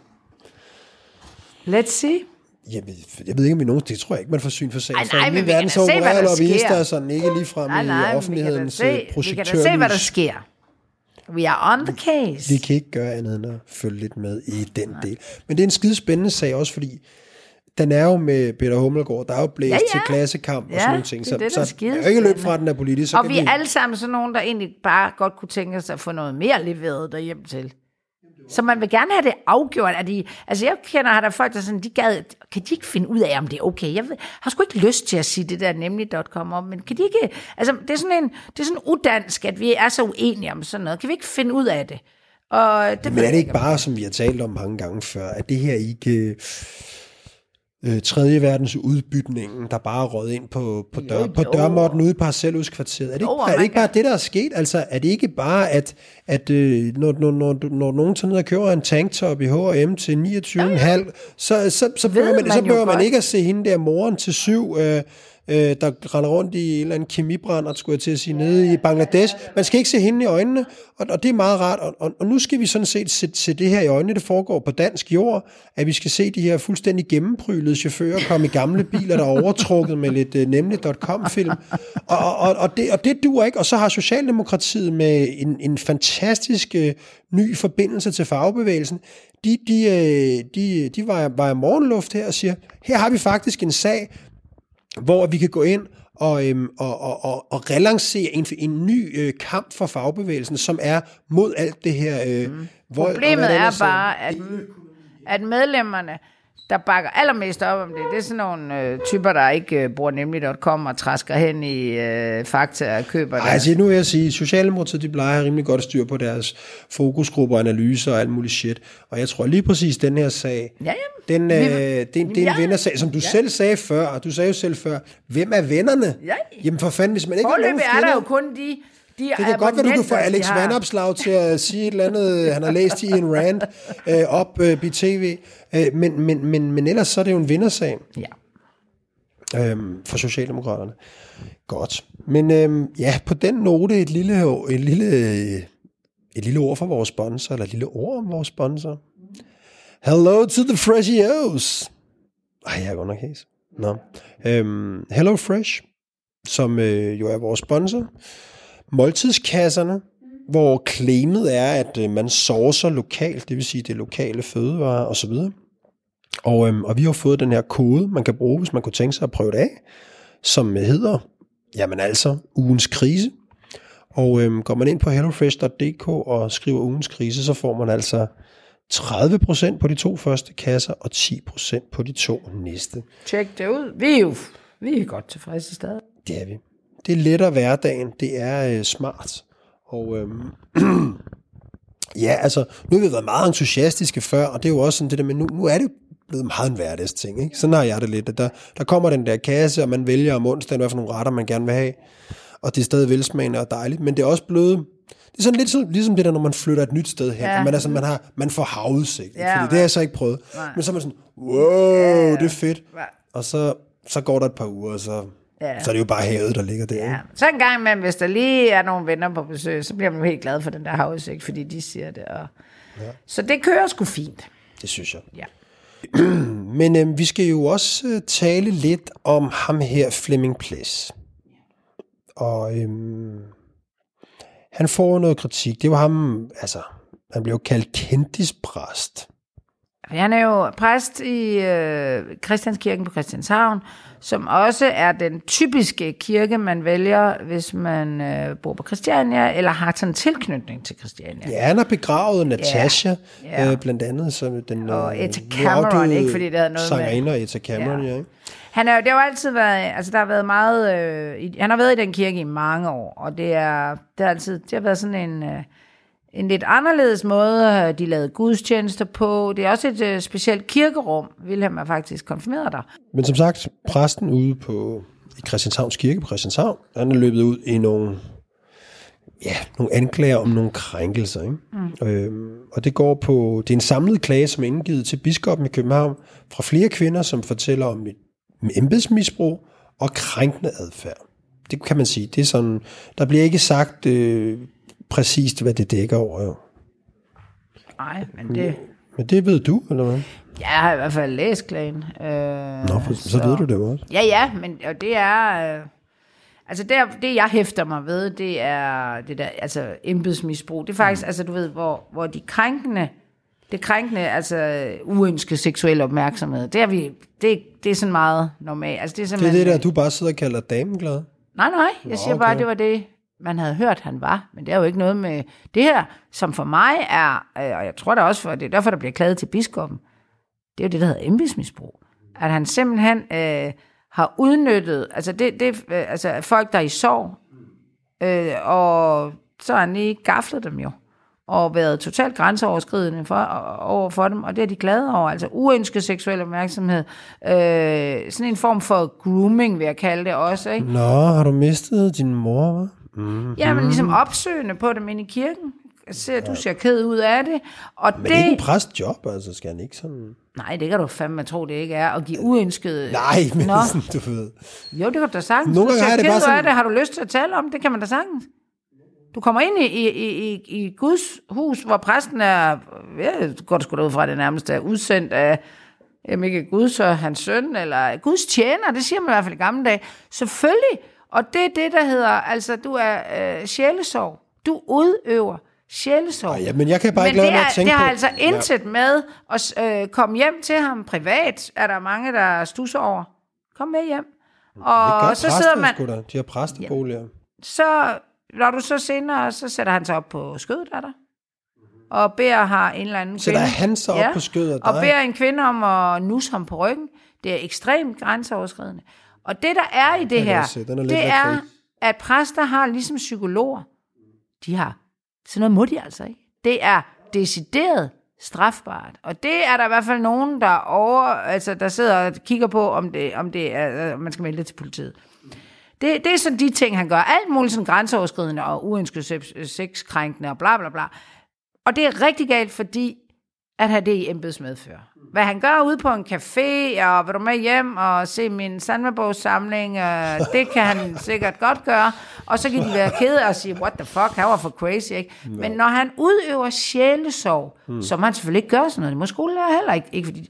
Let's see. Jeg ved ikke, om vi nogen... Det tror jeg ikke, man får syn for sagen. Nej, men vi kan da se, hvad der sker. Sådan ikke ligefrem i offentlighedens projektørlys. Vi kan da se, hvad der sker. We are on the case. Vi kan ikke gøre andet end at følge lidt med i den del. Men det er en skide spændende sag også, fordi den er jo med Peter Hummelgaard, der er jo blæst til klassekamp og sådan nogle ting. Så jeg er jo ikke løb fra den af politisk. Og vi er alle sammen sådan nogen, der egentlig bare godt kunne tænke sig at få noget mere leveret derhjem til. Så man vil gerne have det afgjort. Altså jeg kender der folk, der sådan, kan de ikke finde ud af, om det er okay? Jeg har sgu ikke lyst til at sige det der nemlig.com om, men kan de ikke... Altså det er sådan udansk, at vi er så uenige om sådan noget. Kan vi ikke finde ud af det? Og det men er det ikke bare, som vi har talt om mange gange før, at det her ikke... tredje verdens udbytningen, der bare er røget ind på dørmåtten ude i parcelhuskvarteret. Er det ikke bare det, der er sket? Altså, er det ikke bare, at når nogen tager ned og køber en tanktop i H&M til 29,5, så behøver man ikke at se hende der moren til 7, der render rundt i en eller anden kemibrænder, skulle jeg til at sige, nede i Bangladesh. Man skal ikke se hende i øjnene, og det er meget rart. Og nu skal vi sådan set se det her i øjnene, det foregår på dansk jord, at vi skal se de her fuldstændig gennemprylede chauffører komme i gamle biler, der er overtrukket med lidt nemlig.com-film. Og det duer ikke. Og så har Socialdemokratiet med en fantastisk ny forbindelse til fagbevægelsen, de var i morgenluft her og siger, her har vi faktisk en sag, hvor vi kan gå ind og relancere en ny kamp for fagbevægelsen, som er mod alt det her vold. Problemet er bare, at medlemmerne, der bakker allermest op om det er sådan nogle typer, der ikke bruger nemlig.com og træsker hen i Fakta og køber det. Altså nu vil jeg sige, Socialdemokratiet, de plejer rimelig godt styr på deres fokusgrupper, analyser og alt muligt shit. Og jeg tror lige præcis, den her sag, det er en vindersag, som du selv sagde før, og du sagde jo selv før, hvem er vennerne? Jamen for fanden, hvis man ikke har nogen fjender. Er der jo kun de det kan godt være, du kan få Alex Vandopslag til at sige et eller andet, han har læst i en rant op i tv. Men ellers så er det jo en vindersag. Ja. For Socialdemokraterne. Godt. Men på den note et lille ord for vores sponsor, eller et lille ord om vores sponsor. Hello to the Freshios. Jeg er godt nok hæs. No. Hello Fresh, som jo er vores sponsor. Måltidskasserne, hvor claimet er, at man sourcer lokalt, det vil sige det lokale fødevarer osv. Og vi har fået den her kode, man kan bruge, hvis man kunne tænke sig at prøve det af, som hedder, jamen altså, ugens krise. Og går man ind på hellofresh.dk og skriver ugens krise, så får man altså 30% på de 2 første kasser og 10% på de 2 næste. Tjek det ud. Vi er godt tilfredse stadig. Det er vi. Det er lettere hverdagen. Det er smart. Og altså, nu har vi været meget entusiastiske før, og det er jo også sådan det der, men nu er det blevet meget en hverdagsting, ikke? Sådan har jeg det lidt. Der kommer den der kasse, og man vælger om onsdagen, hvad for nogle retter man gerne vil have, og det er stadig velsmagende og dejligt, men det er også blevet, det er sådan lidt ligesom det der, når man flytter et nyt sted hen, og man får havudsigt, fordi det har jeg så ikke prøvet. Nej. Men så er man sådan, wow, det er fedt. Og så går der et par uger, og så er det jo bare havet, der ligger der. Ja. Så en gang imellem, hvis der lige er nogle venner på besøg, så bliver man jo helt glad for den der havudsigt, fordi de siger det. Så det kører sgu fint. Det synes jeg. Ja. Men vi skal jo også tale lidt om ham her, Flemming Pless. Og han får noget kritik. Det var ham, altså, han blev kaldt kendispræst. Han er jo præst i Christianskirken på Christianshavn, som også er den typiske kirke, man vælger, hvis man bor på Christiania, eller har sådan en tilknytning til Christiania. Ja, han har begravet Natasha, blandt andet, som den og Etta Cameron, ikke fordi det havde noget sangerinde og Etta Cameron, ja. Det har jo altid været, altså der har været meget, han har været i den kirke i mange år, og det har været sådan en lidt anderledes måde, de lavede gudstjenester på. Det er også et specielt kirkerum. Wilhelm er faktisk konfirmeret der. Men som sagt, præsten ude i Christianshavns Kirke på Christianshavn, han er løbet ud i nogle anklager om nogle krænkelser. Ikke? Og det er en samlet klage, som er indgivet til biskoppen i København, fra flere kvinder, som fortæller om embedsmisbrug og krænkende adfærd. Det kan man sige. Det er sådan, der bliver ikke sagt præcist, hvad det dækker over. Jo. Nej, men det... Men det ved du, eller hvad? Jeg har i hvert fald læst klagen. Så ved du det også. Ja, men og det er... altså det, jeg hæfter mig ved, det er det der, altså embedsmisbrug. Det er faktisk, altså du ved, hvor det krænkende, altså uønsket seksuel opmærksomhed, det er sådan meget normalt. Altså, det er det der, du bare sidder og kalder damen glad? Nej, jeg siger bare, det var det, man havde hørt, han var. Men det er jo ikke noget med det her, som for mig er, og jeg tror da også, for det er derfor, der bliver klaget til biskoppen, det er jo det, der hedder embedsmisbrug. At han simpelthen har udnyttet, altså folk, der er i sorg, og så har han lige gaflet dem jo, og været totalt grænseoverskridende over for dem, og det er de glade over, altså uønsket seksuel opmærksomhed, sådan en form for grooming, vil jeg kalde det også, ikke? Nå, har du mistet din mor, hva'? Mm-hmm. Ja, men ligesom opsøgende på dem inde i kirken. Du ser ked ud af det. Og men det er ikke en præstjob, altså skal han ikke sådan... Nej, det kan du fandme tro, det ikke er. At give uønsket... Nej, men sådan, du ved... Jo, det kan du da sagtens. Nogle gange du ser ked ud sådan... af det. Har du lyst til at tale om det? Kan man da sagtens. Du kommer ind i Guds hus, hvor præsten er... Ja, går du sgu da ud fra, det nærmest er udsendt af... Jamen ikke Gud, så hans søn, eller Guds tjener. Det siger man i hvert fald i gamle dage. Selvfølgelig. Og det er det, der hedder... Altså, du er sjælesorg. Du udøver sjælesorg. Ja, men jeg kan bare ikke lade mig at tænke på... Det har altså intet med at komme hjem til ham privat, er der mange, der stusser over. Kom med hjem. Og så sidder man... Sgu da. De har præsteboliger. Ja. Så, når du så senere, så sætter han sig op på skødet af dig. Og beder har en eller anden kvinde... Sætter han sig op på skødet af dig? Og beder en kvinde om at nusse ham på ryggen. Det er ekstremt grænseoverskridende. Og det, der er i det her, det er, at præster har ligesom psykologer. De har... Så noget må de altså ikke. Det er decideret strafbart. Og det er der i hvert fald nogen, der sidder og kigger på, om det er, man skal melde det til politiet. Det er sådan de ting, han gør. Alt muligt sådan grænseoverskridende og uønsket sexkrænkende og bla bla bla. Og det er rigtig galt, fordi at have det i embedsmedfører. Hvad han gør ude på en café, og vil du med hjem og se min salmebogssamling, det kan han sikkert godt gøre. Og så kan de være kede og sige, what the fuck, han var for crazy, ikke? No. Men når han udøver sjælesorg, som han selvfølgelig ikke gør sådan noget, det må skolelærer heller ikke fordi,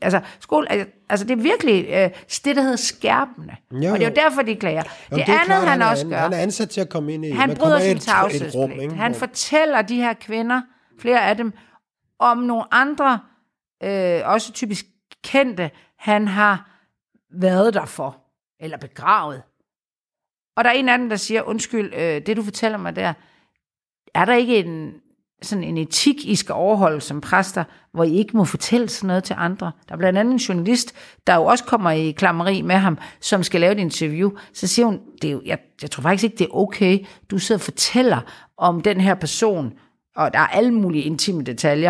det er virkelig det, der hedder skærpende. Jo. Og det er jo derfor, de klager. Jamen, det andet, klart, han også gør. Han er ansat til at komme ind i... Han bryder sin tavshedspligt. Han fortæller de her kvinder, flere af dem, om nogle andre, også typisk kendte, han har været der for, eller begravet. Og der er en af dem, der siger, undskyld, det du fortæller mig der, er der ikke en etik, I skal overholde som præster, hvor I ikke må fortælle sådan noget til andre? Der er blandt andet en journalist, der jo også kommer i klammeri med ham, som skal lave et interview. Så siger hun, det er jo, jeg tror faktisk ikke, det er okay, du sidder og fortæller om den her person, og der er alle mulige intime detaljer.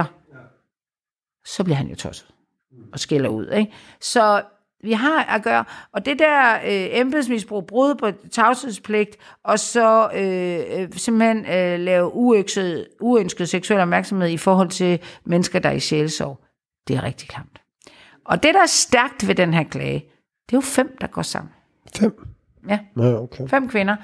Så bliver han jo tosset og skælder ud, ikke? Så vi har at gøre, og det der embedsmisbrug, brud på tavshedspligt, og så simpelthen lave uønsket seksuel opmærksomhed i forhold til mennesker, der er i sjælesorg, det er rigtig klamt. Og det, der er stærkt ved den her klage, det er jo 5, der går sammen. 5? Ja, okay. 5 kvinder.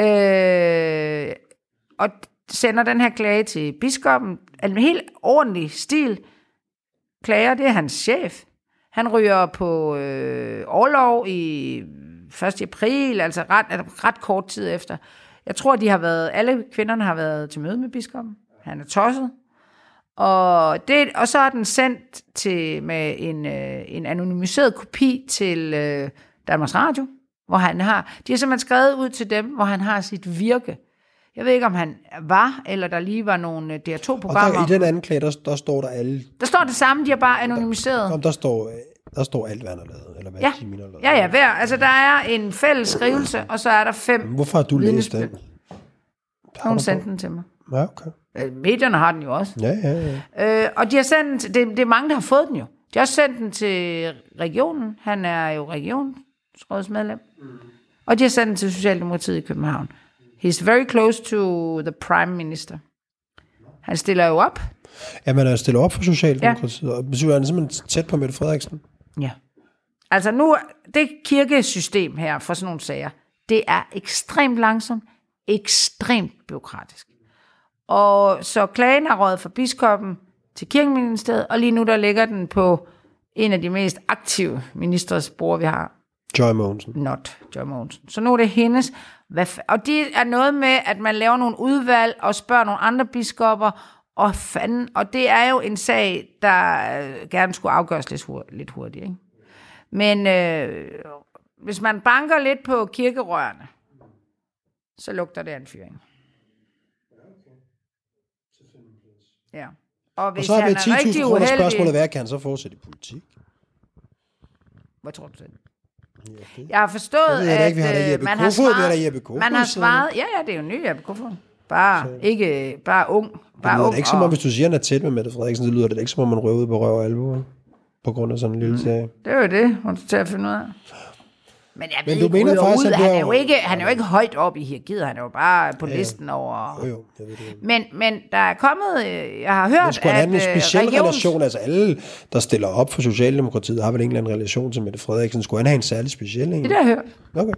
Og sender den her klage til biskoppen, en helt ordentlig stil. Klager, det er hans chef. Han ryger på orlov i 1. april, altså ret kort tid efter. Jeg tror, alle kvinderne har været til møde med biskoppen. Han er tosset. Og så er den sendt med en anonymiseret kopi til Danmarks Radio, hvor de har simpelthen skrevet ud til dem, hvor han har sit virke. Jeg ved ikke, om han var, eller der lige var nogle DR2-programmer. Og i den anklage, der står der alle... Der står det samme, de har bare anonymiseret. Der står alt, hvad han har lavet, eller hvad Kim har lavet. Ja, altså der er en fælles skrivelse, og så er der 5 Hvorfor har du læst den? Hun sendte den til mig. Ja, okay. Medierne har den jo også. Ja. Og de har sendt det er mange, der har fået den jo. De har også sendt den til regionen. Han er jo regionsrådsmedlem. Og de har sendt den til Socialdemokratiet i København. He's very close to the prime minister. Han stiller jo op. Ja, man er stillet op for Socialdemokratiet. Ja. Og betyder han simpelthen tæt på Mette Frederiksen? Ja. Altså nu, det kirkesystem her for sådan nogle sager, det er ekstremt langsomt, ekstremt bureaukratisk. Og så klagen er røget fra biskoppen til Kirkeministeriet, og lige nu der ligger den på en af de mest aktive ministres bord, vi har. Joy Mogensen. Joy Mogensen. Så nu er det hendes. Og det er noget med, at man laver nogle udvalg og spørger nogle andre biskopper, og det er jo en sag, der gerne skulle afgøres lidt hurtigt. Ikke? Men hvis man banker lidt på kirkerørene, så lugter det af en fyring. Ja. Og hvis og så har vi 10.000 kroner spørgsmålet, hvad kan han så fortsætte i politik? Hvad tror du selv? Jeg har forstået, at man har svaret, ja, det er jo ny Jeppe Kofod. Bare ung. Det lyder ikke som om, hvis du siger, at han er tæt med Mette Frederiksen, det lyder det ikke som om, man røver ud på røv og alvor på grund af sådan en lille sag. Det er jo det, hun skal til at finde ud af. Men jeg ved ikke, han er jo ikke højt op i hierarkiet, han er jo bare på listen over... Jo, jeg ved det. Men der er kommet, jeg har hørt, at... skulle han have en speciel relation, altså alle, der stiller op for Socialdemokratiet, har vel en eller anden relation til Mette Frederiksen. Skulle han have en særlig speciel en? Det har jeg hørt. Okay.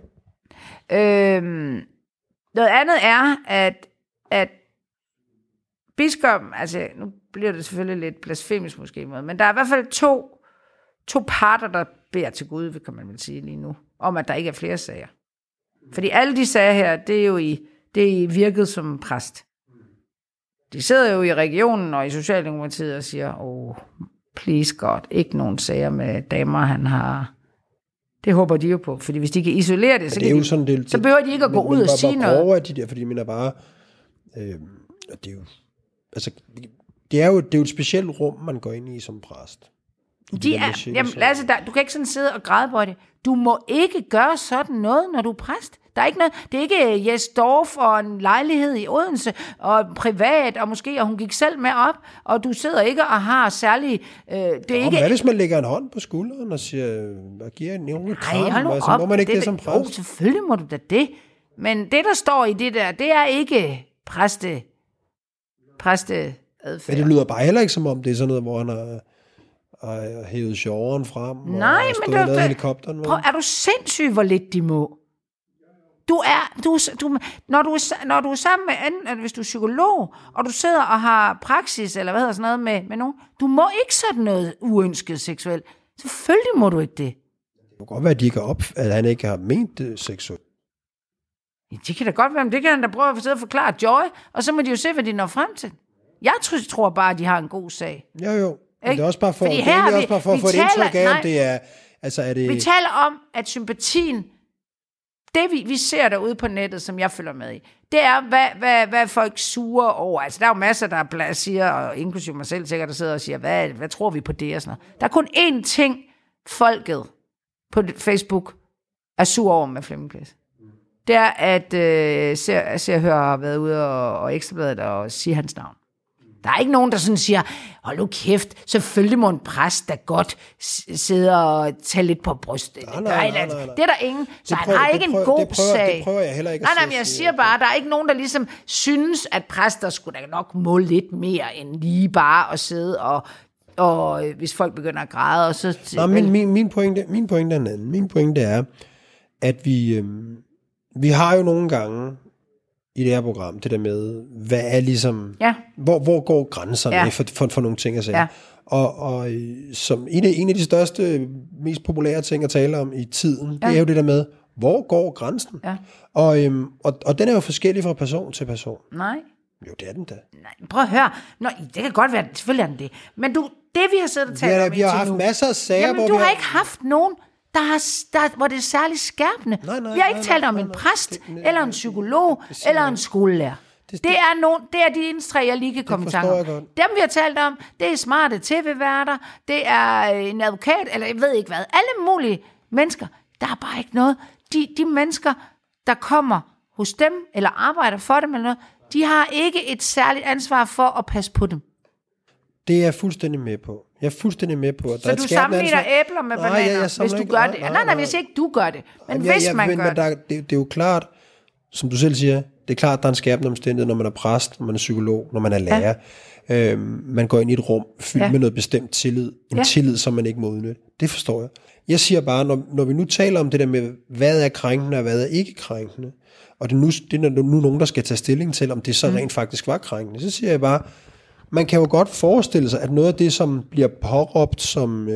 Noget andet er, at biskoppen, altså nu bliver det selvfølgelig lidt blasfemisk måske, men der er i hvert fald to parter, der beder til Gud, kan man vel sige lige nu, om at der ikke er flere sager. Fordi alle de sager her, det er jo i virket som præst. De sidder jo i regionen og i Socialdemokratiet og siger, please God, ikke nogen sager med damer, han har... Det håber de jo på, fordi hvis de kan isolere det, så behøver de ikke at gå ud og sige noget. Men de der, fordi jeg mener bare, det er jo, altså, det er jo et specielt rum, man går ind i som præst. Lasse, du kan ikke sådan sidde og græde på det. Du må ikke gøre sådan noget, når du er præst. Der er ikke noget, det er ikke Jes Dorf og en lejlighed i Odense og privat, og måske og hun gik selv med op, og du sidder ikke og har særlig... Hvad hvis man lægger en hånd på skulderen og siger, hvad giver en unge kram? Altså, må man ikke det som præst? Selvfølgelig må du da det. Men det, der står i det der, det er ikke præsteadfærd. Men det lyder bare heller ikke som om, det er sådan noget, hvor han har hævet sjoveren frem og stået og lavet helikopteren. Er du sindssyg, hvor lidt de må? Når du er sammen med hvis du er psykolog, og du sidder og har praksis, eller hvad hedder sådan noget med nogen, du må ikke sådan noget uønsket seksuelt. Selvfølgelig må du ikke det. Det kan godt være, at han ikke har ment det seksuelt. Ja, det kan da godt være, men det kan han da prøve at sidde og forklare Joy, og så må de jo se, hvad de når frem til. Jeg tror bare, at de har en god sag. Jo. Men det er også bare for, at få et indtryk af, om det er... Altså, er det... Vi taler om, at sympatien, det vi ser derude på nettet, som jeg følger med i, det er, hvad folk suger over. Altså, der er jo masser, der siger, og inklusive mig selv sikkert, der sidder og siger, hvad tror vi på det og sådan noget. Der er kun én ting, folket på Facebook er sur over med Flemming Ples. Det er, at Se og Hør har været ude og Ekstrabladet og sige hans navn. Der er ikke nogen, der sådan siger, hold nu kæft, selvfølgelig må en præst da godt sidde og tage lidt på brystet. Nej. Det er der ingen. Så han har ikke en god sag. Det prøver jeg heller ikke at jeg siger bare, der er ikke nogen, der ligesom synes, at præster skulle da nok må lidt mere, end lige bare at sidde og hvis folk begynder at græde. Og så min pointe er en anden. Min pointe er, at vi har jo nogle gange i det her program, det der med, hvad er ligesom, hvor går grænserne for nogle ting at sige. Ja. Og som en af de største, mest populære ting at tale om i tiden, det er jo det der med, hvor går grænsen? Ja. Og den er jo forskellig fra person til person. Nej. Jo, det er den da. Nej, prøv at høre. Nå, det kan godt være, selvfølgelig er den det. Men det vi har siddet og talt om vi har haft masser af sager, jamen, du har ikke haft nogen, hvor det er særligt skærpende. Vi har ikke talt om en præst, eller en psykolog, eller en skolelærer. Det er de eneste tre, jeg lige kan komme i tanke om. Dem, vi har talt om, det er smarte tv-værter, det er en advokat, eller jeg ved ikke hvad. Alle mulige mennesker. Der er bare ikke noget. De mennesker, der kommer hos dem, eller arbejder for dem, eller noget, de har ikke et særligt ansvar for at passe på dem. Det er jeg fuldstændig med på. At så du sammenligner æbler med bananer, hvis du gør det? Nej, jeg siger ikke, du gør det. Men hvis man gør det. Det er jo klart, som du selv siger, det er klart, at der er en skærpende omstændighed, når man er præst, når man er psykolog, når man er lærer. Ja. Man går ind i et rum fyldt med noget bestemt tillid. En tillid, som man ikke må udnytte. Det forstår jeg. Jeg siger bare, når vi nu taler om det der med, hvad er krænkende og hvad er ikke krænkende, og det er nu nogen, der skal tage stilling til, om det så rent faktisk var krænkende, så siger jeg bare, man kan jo godt forestille sig, at noget af det, som bliver påråbt som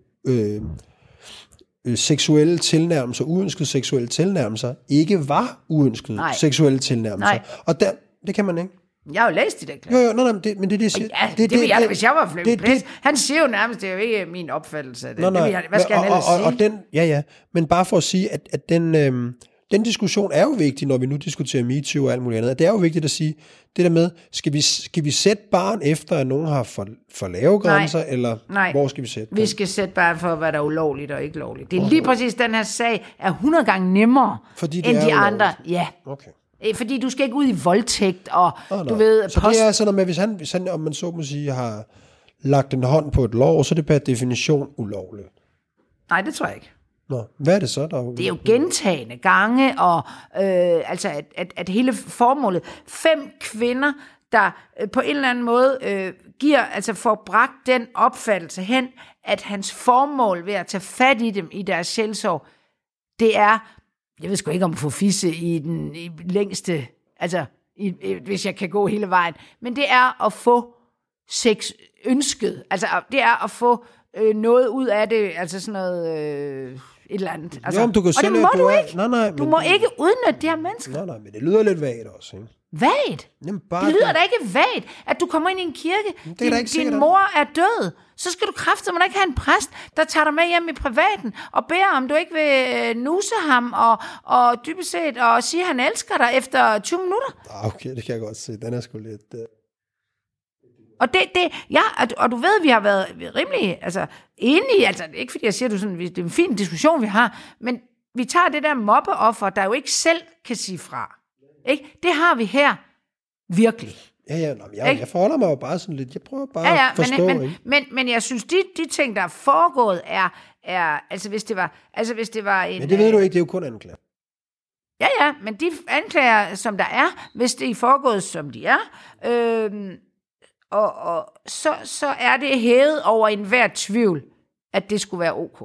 seksuelle tilnærmelser, uønskede seksuelle tilnærmelser, ikke var uønskede seksuelle tilnærmelser. Og det kan man ikke. Jeg har jo læst det der. Jo, men det er det, jeg siger. Ja, det vil jeg, hvis jeg var Flemming Ples. Han siger jo nærmest, det er jo ikke min opfattelse af det. Hvad skal han ellers sige? Men bare for at sige, at den diskussion er jo vigtig, når vi nu diskuterer MeToo og alt muligt andet. Det er jo vigtigt at sige, det der med, skal vi sætte barn efter, at nogen har for lave grænser, eller hvor skal vi sætte vi skal sætte barn for, hvad der er ulovligt og ikke lovligt. Det er lige præcis, den her sag er 100 gange nemmere end de andre. Ja. Okay. Fordi du skal ikke ud i voldtægt, og du ved... Så det er sådan, at hvis han, om man så må sige, har lagt en hånd på et lår, så er det per definition ulovligt. Nej, det tror jeg ikke. Nå, hvad er det så, der... Det er jo gentagende gange, og altså at hele formålet... 5 kvinder, der på en eller anden måde får bragt den opfattelse hen, at hans formål ved at tage fat i dem i deres sjælsorg, det er... Jeg ved sgu ikke, om at få fisse i længste... Altså, hvis jeg kan gå hele vejen. Men det er at få sex ønsket. Altså, det er at få noget ud af det. Altså sådan noget... et eller andet. Altså, jo, du kan og det må du ikke. Nej, du må ikke udnytte de her mennesker. Nej, men det lyder lidt vagt også, ikke? Vagt? Det lyder da ikke vagt, at du kommer ind i en kirke, din mor er død, så skal du kraftedeme ikke have en præst, der tager dig med hjem i privaten, og beder om du ikke vil nuse ham, og dybest set, og sige, at han elsker dig efter 20 minutter. Okay, det kan jeg godt se. Den er sgu lidt... Og du ved, vi har været rimelig enige, altså ikke fordi jeg siger, det er en fin diskussion, vi har, men vi tager det der mobbeoffer, der jo ikke selv kan sige fra. Ikke? Det har vi her virkelig. Jeg forholder mig jo bare sådan lidt, jeg prøver bare at forstå. Men jeg synes, de ting, der er foregået, er hvis det var en... Men det ved du ikke, det er jo kun anklager. Ja, men de anklager, som der er, hvis det er foregået, som de er, og så er det hævet over enhver tvivl, at det skulle være ok.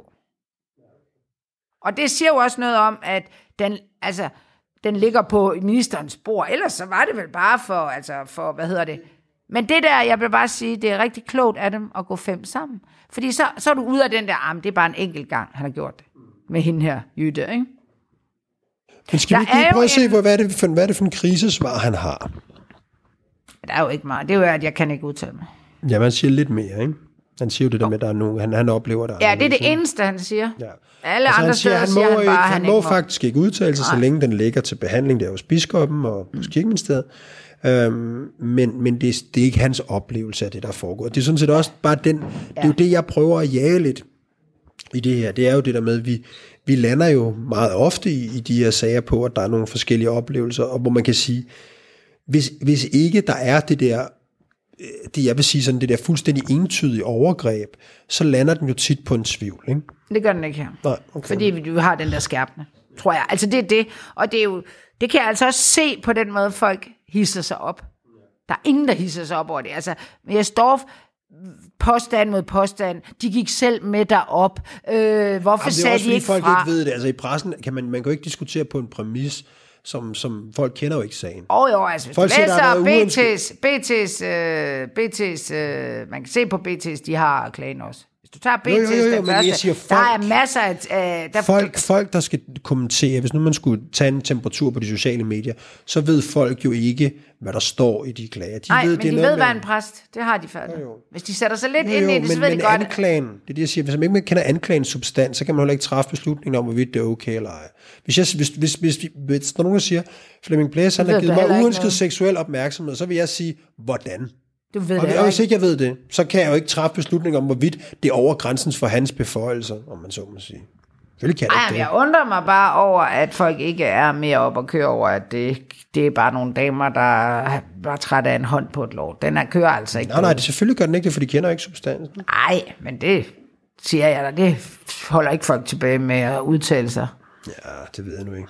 Og det siger jo også noget om, at den ligger på ministerens bord. Ellers så var det vel bare for hvad hedder det? Men det der, jeg vil bare sige, det er rigtig klogt af dem at gå 5 sammen. Fordi så er du ude af den der det er bare en enkelt gang, han har gjort det. Med hende her, Jytte, ikke? Men skal vi ikke prøve at se, hvad er det for en krisesvar, han har? Der er jo ikke meget. Det er jo, at jeg kan ikke udtale mig. Ja, man siger lidt mere, ikke? Han siger jo det der med, at der er nogen, han oplever der. Ja, det er det eneste, han siger. Ja. Alle andre steder siger han bare, han må faktisk ikke udtale sig, så længe den ligger til behandling der hos biskoppen og hos kirkeministeriet. Men det er ikke hans oplevelse af det, der foregår. Det er sådan set også bare det er jo det, jeg prøver at jage lidt i det her. Det er jo det der med, vi lander jo meget ofte i de her sager på, at der er nogle forskellige oplevelser, og hvor man kan sige, hvis ikke der er det jeg vil sige sådan det der fuldstændig entydige overgreb, så lander den jo tit på en tvivl, ikke? Det gør den ikke her. Nej, okay. Fordi du har den der skærpende, tror jeg. Altså det er det, og det er jo, det kan jeg altså også se på den måde, folk hisser sig op. Der er ingen, der hisser sig op over det. Altså, jeg står påstand mod påstand. De gik selv med derop. Hvorfor sagde de ikke fra? Folk ikke ved det. Altså i pressen kan man kan jo ikke diskutere på en præmis, som folk kender jo ikke sagen. Altså hvis du læser BT's, man kan se på BT's, de har klagen også. Hvis du tager BT's den første, siger, der er masser af... Folk, der skal kommentere, hvis nu man skulle tage en temperatur på de sociale medier, så ved folk jo ikke, hvad der står i de klager. Nej, men de ved, hvad en præst, det har de fattet. Hvis de sætter sig lidt ind i det, så ved de godt... Anklagen, det er det, jeg siger, hvis man ikke kender anklagens substans, så kan man heller ikke træffe beslutningen om, hvorvidt det er okay eller ej. Hvis der er nogen, der siger, Flemming Plæs, han har givet mig uønsket seksuel opmærksomhed, så vil jeg sige, hvordan? Du ved og hvis ikke jeg ved det, så kan jeg jo ikke træffe beslutning om, hvorvidt det er over grænsen for hans beføjelser, om man så må sige. Jeg undrer mig bare over, at folk ikke er mere op og køre over, at det er bare nogle damer, der er trætte af en hånd på et lår. Den kører altså ikke. Nej, det selvfølgelig gør den ikke det, for de kender ikke substansen. Nej, men det siger jeg da, det holder ikke folk tilbage med at udtale sig. Ja, det ved jeg nu ikke.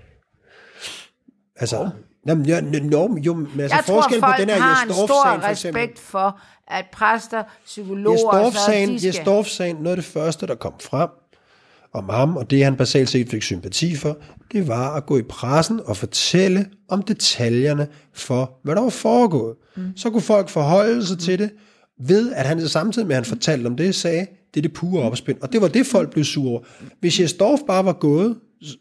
Altså... Jamen, altså jeg tror, folk på den her har en stor respekt for, at præster, psykologer... Jesdorf-sagen, noget af det første, der kom frem om ham, og det han basalt set fik sympati for, det var at gå i pressen og fortælle om detaljerne for, hvad der var foregået. Så kunne folk forholde sig til det, ved at han samtidig med, at han fortalte om det, sagde, det er det pure opspind. Og det var det, folk blev sure over. Hvis Jesdorf bare var gået,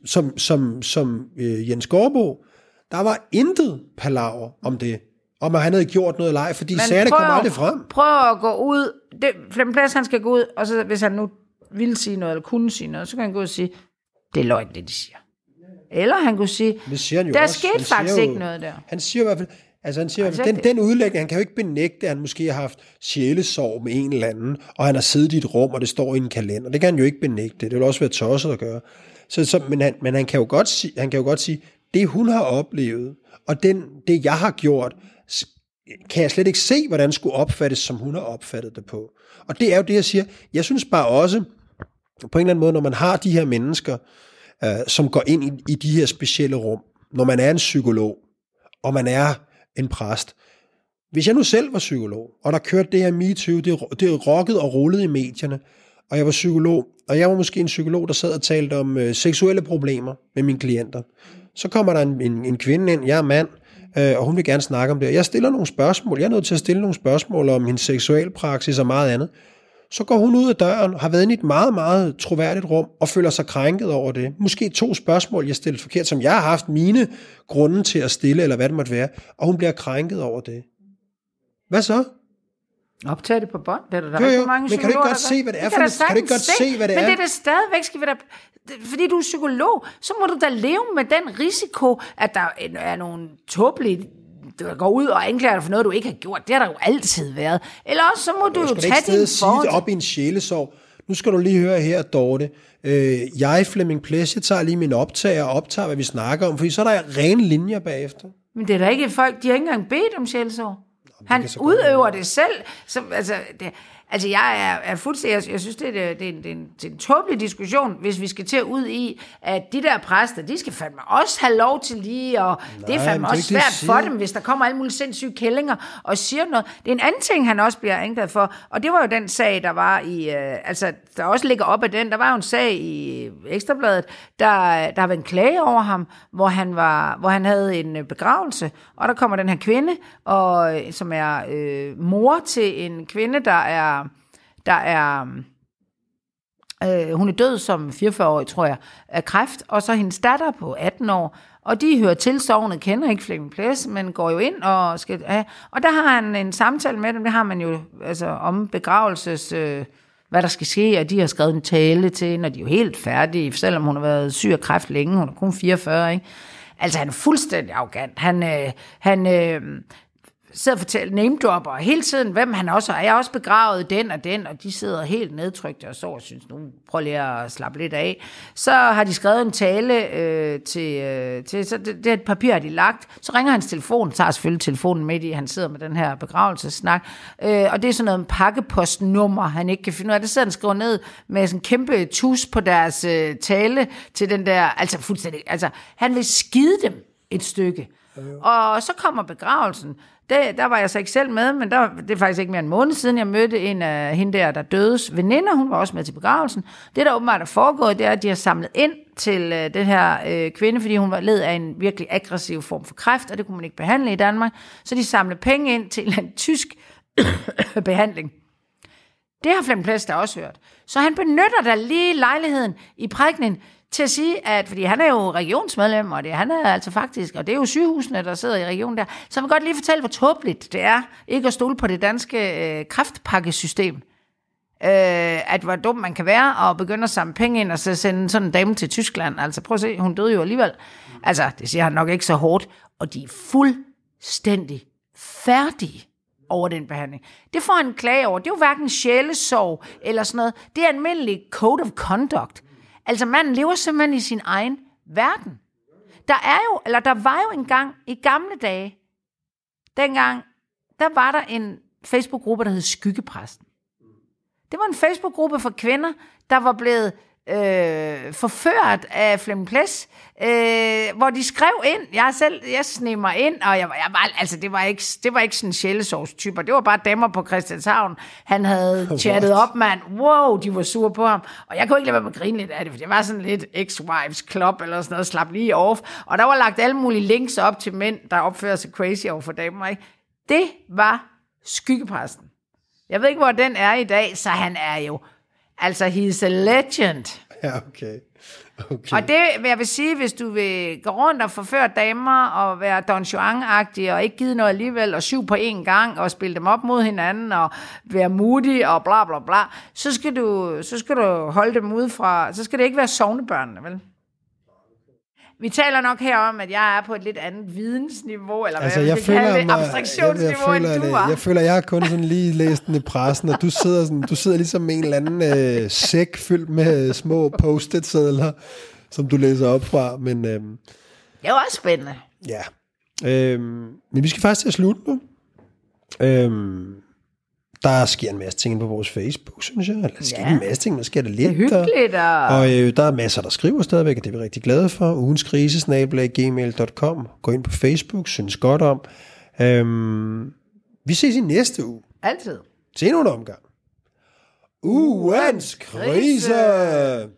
som Jens Gårdbo, der var intet palaver om det, om at han havde gjort noget leg, fordi sagerne kom aldrig frem. Prøv at gå ud, Flemming Plæs, han skal gå ud, og så hvis han nu ville sige noget, eller kunne sige noget, så kan han gå ud og sige, det er løgn, det de siger. Eller han kunne sige, der skete faktisk ikke noget der. Han siger i hvert fald, den udlægning, han kan jo ikke benægte, at han måske har haft sjælesorg med en eller anden, og han har siddet i et rum, og det står i en kalender. Det kan han jo ikke benægte. Det vil også være tosset at gøre. Men han kan jo godt sige, det hun har oplevet, og det jeg har gjort, kan jeg slet ikke se, hvordan skulle opfattes, som hun har opfattet det på. Og det er jo det, jeg siger. Jeg synes bare også, på en eller anden måde, når man har de her mennesker, som går ind i de her specielle rum, når man er en psykolog, og man er en præst. Hvis jeg nu selv var psykolog, og der kørte det her MeToo, det rockede og rullede i medierne, og jeg var psykolog, og jeg var måske en psykolog, der sad og talte om seksuelle problemer med mine klienter. Så kommer der en kvinde ind, jeg er mand, og hun vil gerne snakke om det. Jeg stiller nogle spørgsmål. Jeg er nødt til at stille nogle spørgsmål om hendes seksualpraksis og meget andet. Så går hun ud af døren, har været inde i et meget, meget troværdigt rum, og føler sig krænket over det. Måske 2 spørgsmål, jeg stillede forkert, som jeg har haft mine grunde til at stille, eller hvad det måtte være, og hun bliver krænket over det. Hvad så? Optag det på bånd. Det er der rigtig mange psykologer. Men kan du ikke godt se, hvad det er for noget? Kan du ikke godt se, hvad det er? Men det er da stadigvæk, skal vi da... Fordi du er psykolog, så må du da leve med den risiko, at der er nogle tåbelige, der går ud og anklager dig for noget, du ikke har gjort. Det har der jo altid været. Eller også, så må du jo tage din forhold. Du skal ikke op i en sjælesorg. Nu skal du lige høre her, Dorte. Jeg, Flemming Plæs, jeg tager lige min optager og optager, hvad vi snakker om, fordi så er der rene linjer bagefter. Men det er da ikke folk, de har ikke engang bedt om sjælesorg. Han udøver det selv. Så, altså, jeg er fuldstændig... Jeg synes, det er en tåbelig diskussion, hvis vi skal til ud i, at de der præster, de skal fandme også have lov til lige, og det er fandme også svært for dem, hvis der kommer alle mulige sindssyge kællinger og siger noget. Det er en anden ting, han også bliver anklaget for, og det var jo den sag, der var i... der også ligger op af den. Der var jo en sag i Ekstrabladet, der har været en klage over ham, hvor han havde en begravelse, og der kommer den her kvinde, som er mor til en kvinde, hun er død som 44-årig, tror jeg, af kræft, og så hendes datter på 18 år, og de hører til sognet, kender ikke Flemming Plæs, men går jo ind og skal have, og der har han en samtale med dem, det har man jo altså om begravelses, hvad der skal ske, og de har skrevet en tale til hende, og de er jo helt færdige, selvom hun har været syg af kræft længe, hun er kun 44, ikke? Altså han er fuldstændig arrogant, han sidder og fortæller name-dropper hele tiden, hvem han også er. Jeg har også begravet den, og de sidder helt nedtrykte og så og synes, nu prøv lige at slappe lidt af. Så har de skrevet en tale til så det et papir har de lagt. Så ringer hans telefon, tager selvfølgelig telefonen med i, han sidder med den her begravelsessnak, og det er sådan noget pakepostnummer, han ikke kan finde ud af. Det sidder han skriver ned med sådan en kæmpe tus på deres tale til den der, altså fuldstændig, altså han vil skide dem et stykke. Og så kommer begravelsen. Der var jeg så ikke selv med, men det er faktisk ikke mere en måned siden, jeg mødte en af hende der dødes veninder. Hun var også med til begravelsen. Det, der åbenbart er foregået, det er, at de har samlet ind til den her kvinde, fordi hun var led af en virkelig aggressiv form for kræft, og det kunne man ikke behandle i Danmark. Så de samlede penge ind til en tysk behandling. Det har Flemming Ples da også hørt. Så han benytter da lige lejligheden i prædikningen til at sige, at fordi han er jo regionsmedlem, og han er altså faktisk, og det er jo sygehusene, der sidder i regionen der, så vil godt lige fortælle, hvor tåbeligt det er, ikke at stole på det danske kræftpakkesystem. At hvor dum man kan være, og begynde at samle penge ind, og så sende sådan en dame til Tyskland. Altså prøv at se, hun døde jo alligevel. Altså, det siger han nok ikke så hårdt, og de er fuldstændig færdige over den behandling. Det får han en klage over. Det er jo hverken sjælesorg eller sådan noget. Det er almindelig code of conduct. Altså, manden lever simpelthen i sin egen verden. Der var jo engang i gamle dage, dengang, der var der en Facebook-gruppe, der hed Skyggepræsten. Det var en Facebook-gruppe for kvinder, der var blevet forført af Flemming Ples, hvor de skrev ind. Jeg sneg mig ind, og jeg var, altså det var ikke sådan sjælesorgstyper. Det var bare damer på Christianshavn. Han havde chattet op, mand. Wow, de var sure på ham. Og jeg kunne ikke lade være med at grine lidt af det, for det var sådan lidt ex-wives club eller sådan noget, slap lige off. Og der var lagt alle mulige links op til mænd, der opfører sig crazy over for damer, ikke? Det var Skyggepræsten. Jeg ved ikke, hvor den er i dag, så han er jo... Altså, he's a legend. Ja, okay. Og det jeg vil sige, hvis du vil gå rundt og forføre damer, og være Don Juan-agtig, og ikke give noget alligevel, og 7 på én gang, og spille dem op mod hinanden, og være moody, og bla bla bla, så skal du holde dem ud fra, så skal det ikke være sognebørnene, vel? Vi taler nok her om, at jeg er på et lidt andet vidensniveau, eller hvad jeg skal kalde det, abstraktionsniveau, end du var. Jeg føler, jeg har kun sådan lige læst den i pressen, og du sidder ligesom med en eller anden sæk fyldt med små post-it-sedler, som du læser op fra. Men, det er jo også spændende. Ja. Men vi skal faktisk til at slutte nu. Der sker en masse ting på vores Facebook, synes jeg. Eller der sker en masse ting, der sker der lidt. Det er hyggeligt. Og der er masser, der skriver stadigvæk, og det er vi rigtig glade for. ugenskrise@gmail.com. Gå ind på Facebook, synes godt om. Vi ses i næste uge. Altid. Til endnu en omgang. Ugens krise!